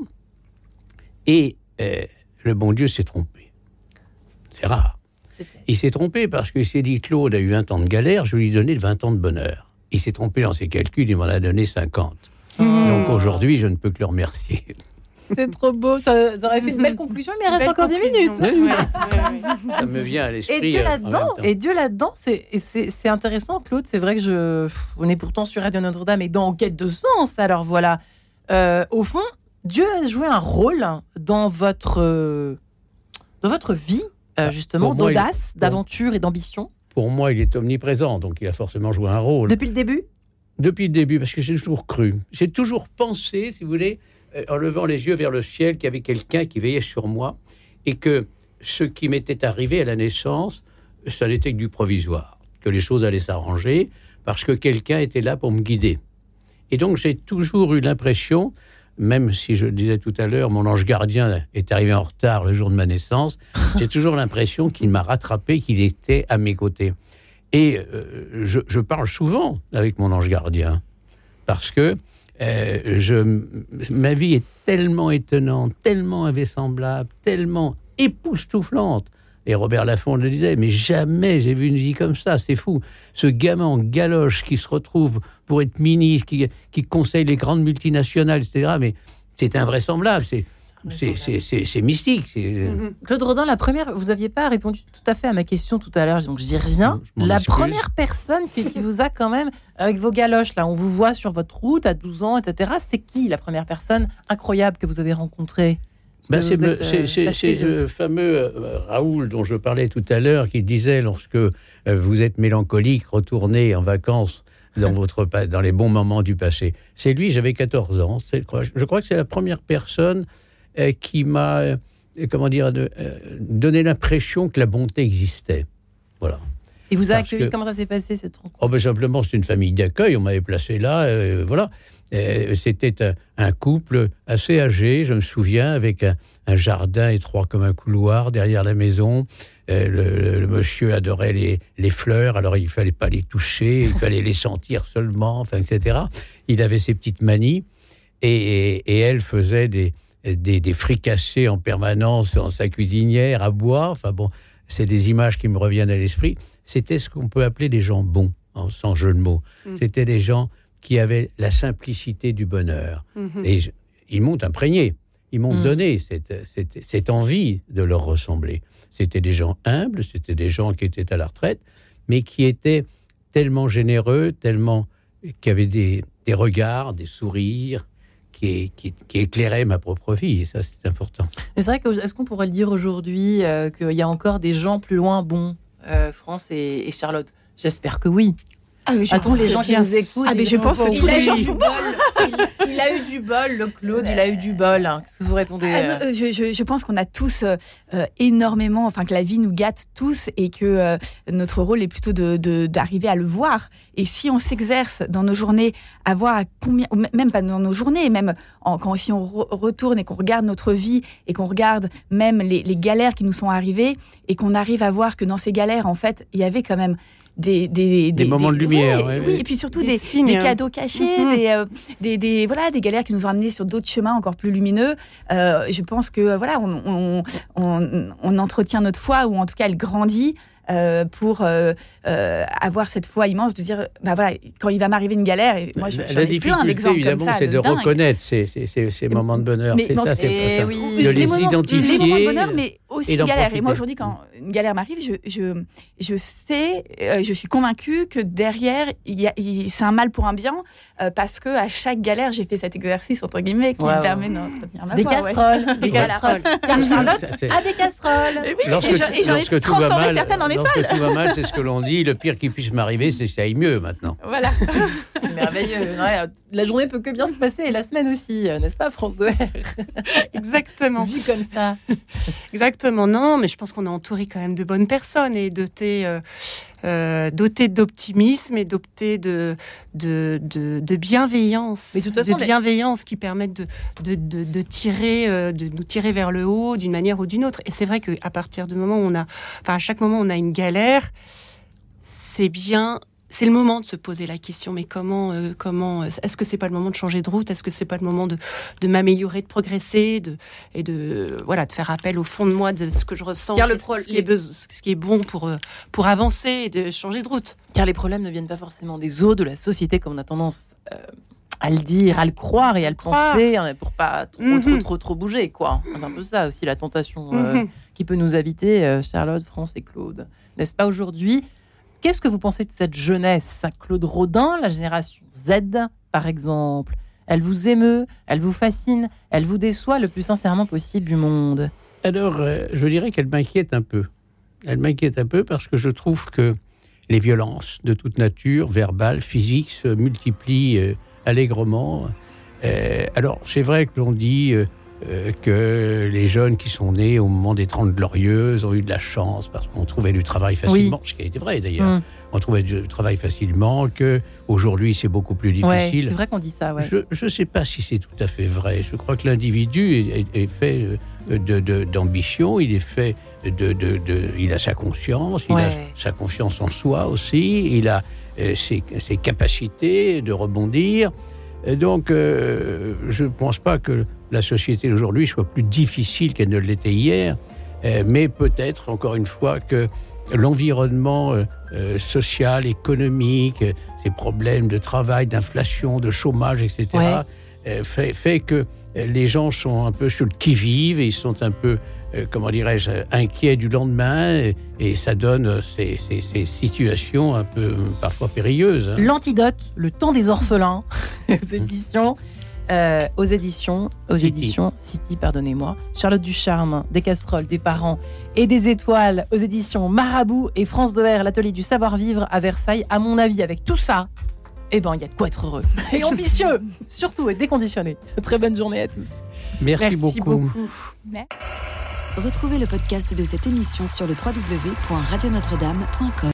et euh, le bon Dieu s'est trompé. C'est rare. C'était- Il s'est trompé parce qu'il s'est dit Claude a eu vingt ans de galère, je vais lui donner vingt ans de bonheur. Il s'est trompé dans ses calculs, il m'en a donné cinquante. Donc aujourd'hui, je ne peux que le remercier. C'est trop beau. Ça, ça aurait fait une belle conclusion, mais il reste Belle encore dix conclusion. minutes. Ouais, ouais, ouais. Ça me vient à l'esprit. Et Dieu euh, en là-dedans, même temps. et Dieu là-dedans, c'est et c'est c'est intéressant, Claude. C'est vrai que je, pff, on est pourtant sur Radio Notre-Dame et dans En quête de sens. Alors voilà, Euh, au fond, Dieu a joué un rôle dans votre euh, dans votre vie, euh, Ah, justement, pour moi, il- d'audace, pour- d'aventure et d'ambition Pour moi, il est omniprésent, donc il a forcément joué un rôle. depuis le début. Depuis le début, parce que j'ai toujours cru. J'ai toujours pensé, si vous voulez, euh, en levant les yeux vers le ciel, qu'il y avait quelqu'un qui veillait sur moi et que ce qui m'était arrivé à la naissance, ça n'était que du provisoire, que les choses allaient s'arranger parce que quelqu'un était là pour me guider. Et donc, j'ai toujours eu l'impression, même si je le disais tout à l'heure, mon ange gardien est arrivé en retard le jour de ma naissance, j'ai toujours l'impression qu'il m'a rattrapé, qu'il était à mes côtés. Et euh, je, je parle souvent avec mon ange gardien parce que euh, je, ma vie est tellement étonnante, tellement invraisemblable, tellement époustouflante. Et Robert Laffont le disait, mais jamais j'ai vu une vie comme ça, c'est fou. Ce gamin en galoche qui se retrouve pour être ministre, qui, qui conseille les grandes multinationales, et cetera. Mais c'est invraisemblable, c'est, c'est, c'est, c'est, c'est mystique. C'est... Mhm. Claude Rodin, la première, vous n'aviez pas répondu tout à fait à ma question tout à l'heure, donc j'y reviens. Je m'en La excuse. première personne qui, qui vous a quand même, avec vos galoches, là, on vous voit sur votre route à douze ans, et cetera. C'est qui la première personne incroyable que vous avez rencontrée? Ben, Parce c'est que vous le, êtes, c'est- euh, c'est- passé c'est de- le fameux euh, Raoul dont je parlais tout à l'heure qui disait lorsque euh, vous êtes mélancolique, retournez en vacances dans, votre, pa- dans les bons moments du passé. C'est lui, j'avais quatorze ans. C'est, je crois- je crois que c'est la première personne euh, qui m'a euh, comment dire, de, euh, donné l'impression que la bonté existait. Voilà. Et vous a Parce accueilli, que- comment ça s'est passé cette rencontre? Oh ben simplement, c'est une famille d'accueil. On m'avait placé là, euh, voilà. Euh, c'était un, un couple assez âgé, je me souviens, avec un, un jardin étroit comme un couloir derrière la maison. Euh, le, le- le monsieur adorait les, les fleurs, alors il fallait pas les toucher, il fallait les sentir seulement, enfin, et cetera. Il avait ses petites manies et, et, et elle faisait des, des, des fricassés en permanence dans sa cuisinière à boire. Enfin bon, c'est des images qui me reviennent à l'esprit. C'était ce qu'on peut appeler des gens bons, en- sans jeu de mots. Mm. C'était des gens qui avaient la simplicité du bonheur. Mhm. Et je, ils m'ont imprégné, ils m'ont Mhm. donné cette, cette, cette envie de leur ressembler. C'était des gens humbles, c'était des gens qui étaient à la retraite, mais qui étaient tellement généreux, tellement qui avaient des, des regards, des sourires, qui, qui, qui éclairaient ma propre vie. Et ça, c'est important. Mais c'est vrai que, est-ce qu'on pourrait le dire aujourd'hui euh, qu'il y a encore des gens plus loin bons, euh, France et, et Charlotte? J'espère que oui. Ah, mais je À tous pense les que gens qui bien- nous écoutent. Ah, mais je pense que il tous a les eu gens du sont bol. il, il a eu du bol, le Claude, il a eu du bol. hein. Qu'est-ce que vous répondez Ah, euh non, je, je- je pense qu'on a tous euh, euh, énormément, enfin que la vie nous gâte tous et que euh, notre rôle est plutôt de, de- d'arriver à le voir. Et si on s'exerce dans nos journées à voir à combien, ou même pas dans nos journées, même en- quand si on re- retourne et qu'on regarde notre vie et qu'on regarde même les, les galères qui nous sont arrivées et qu'on arrive à voir que dans ces galères, en fait, il y avait quand même des, des, Des moments de lumière, oui, ouais, oui, ouais. et puis surtout Des des, signes. des cadeaux cachés, Mhm. des, euh, des, des, voilà, des galères qui nous ont amenés sur d'autres chemins encore plus lumineux. Euh, je pense que euh, voilà, on, on, on, on entretient notre foi, ou en tout cas elle grandit euh, pour euh, euh, avoir cette foi immense de dire, bah voilà, quand il va m'arriver une galère, et moi je, la j'en la ai plein difficulté, d'exemples comme évidemment, ça, c'est de, dingue. reconnaître ces, ces, ces, ces moments de bonheur. Mais- C'est mais ça, en- c'est Eh ça. oui. De les moments, identifier. les moments de bonheur, mais aussi et d'en galères. Et profiter. moi, aujourd'hui, quand une galère m'arrive, je, je, je sais, euh, je suis convaincue que derrière, il y a, il- c'est un mal pour un bien, euh, parce que à chaque galère, j'ai fait cet exercice, entre guillemets, qui Wow. me permet d'entretenir ma Des foi, ouais. casseroles, des Voilà. casseroles. Car Charlotte Ça, c'est- a des casseroles. Et oui, Lorsque, et j'en- et j'en ai lorsque tout va transformé mal, certaines en lorsque étoiles. tout va mal, c'est ce que l'on dit. Le pire qui puisse m'arriver, c'est que ça aille mieux maintenant. Voilà. C'est merveilleux. Ouais, la journée peut que bien se passer, et la semaine aussi, euh, n'est-ce pas, France deux R? Exactement. Vu comme ça. Exactement. Non, mais je pense qu'on est entouré quand même de bonnes personnes et doté, euh, euh, doté d'optimisme et doté de, de, de, de bienveillance. Mais de toute façon, de les- bienveillance qui permettent de, de, de, de tirer, euh, de nous tirer vers le haut d'une manière ou d'une autre. Et c'est vrai qu'à partir du moment où on a, enfin, à chaque moment où on a une galère, c'est bien. C'est le moment de se poser la question, mais comment, euh, comment, euh, est-ce que c'est pas le moment de changer de route? Est-ce que c'est pas le moment de, de m'améliorer, de progresser, de, et de, voilà, de faire appel au fond de moi de ce que je ressens, Car le et ce- pro- ce, qui est beso- ce qui est bon pour, euh, pour avancer et de changer de route. Car les problèmes ne viennent pas forcément des eaux de la société, comme on a tendance euh, à le dire, à le croire et à le penser, hein, pour pas trop, Mhm. trop, trop, trop bouger, quoi. C'est un peu ça aussi, la tentation euh, Mhm. qui peut nous habiter, euh, Charlotte, France et Claude. N'est-ce pas aujourd'hui? Qu'est-ce que vous pensez de cette jeunesse? Claude Rodin, la génération Z, par exemple. Elle vous émeut, elle vous fascine, elle vous déçoit le plus sincèrement possible du monde. Alors, euh, je dirais qu'elle m'inquiète un peu. Elle m'inquiète un peu parce que je trouve que les violences de toute nature, verbales, physiques, se multiplient euh, allègrement. Euh, alors, c'est vrai que l'on dit euh, euh, que les jeunes qui sont nés au moment des Trente Glorieuses ont eu de la chance parce qu'on trouvait du travail facilement, ce qui a été vrai d'ailleurs. Mmh. On trouvait du travail facilement, qu'aujourd'hui c'est beaucoup plus Ouais, difficile. c'est vrai qu'on dit ça, ouais. Je ne sais pas si c'est tout à fait vrai. Je crois que l'individu est, est- est fait euh, de, de- d'ambition, il est fait de, de, de- il a sa conscience, il a Ouais. sa confiance en soi aussi, il a euh, ses, ses capacités de rebondir. Et donc, euh, je ne pense pas que la société d'aujourd'hui soit plus difficile qu'elle ne l'était hier, euh, mais peut-être, encore une fois, que l'environnement euh, euh, social, économique, euh, ces problèmes de travail, d'inflation, de chômage, et cetera, euh, fait, fait que euh, les gens sont un peu sur le qui-vive et ils sont un peu, euh, comment dirais-je, inquiets du lendemain et, et ça donne euh, ces, ces- ces situations un peu euh, parfois périlleuses. hein. L'antidote, le temps des orphelins, aux éditions, euh, aux éditions, aux City. éditions City, pardonnez-moi. Charlotte Ducharme, des casseroles, des parents et des étoiles, aux éditions Marabout et France deux R, l'atelier du savoir-vivre à Versailles. À mon avis, avec tout ça, eh ben, il y a de quoi être heureux et ambitieux, surtout, et déconditionné. Très bonne journée à tous. Merci, Merci beaucoup. beaucoup. Retrouvez le podcast de cette émission sur le w w w point radio notre dame point com.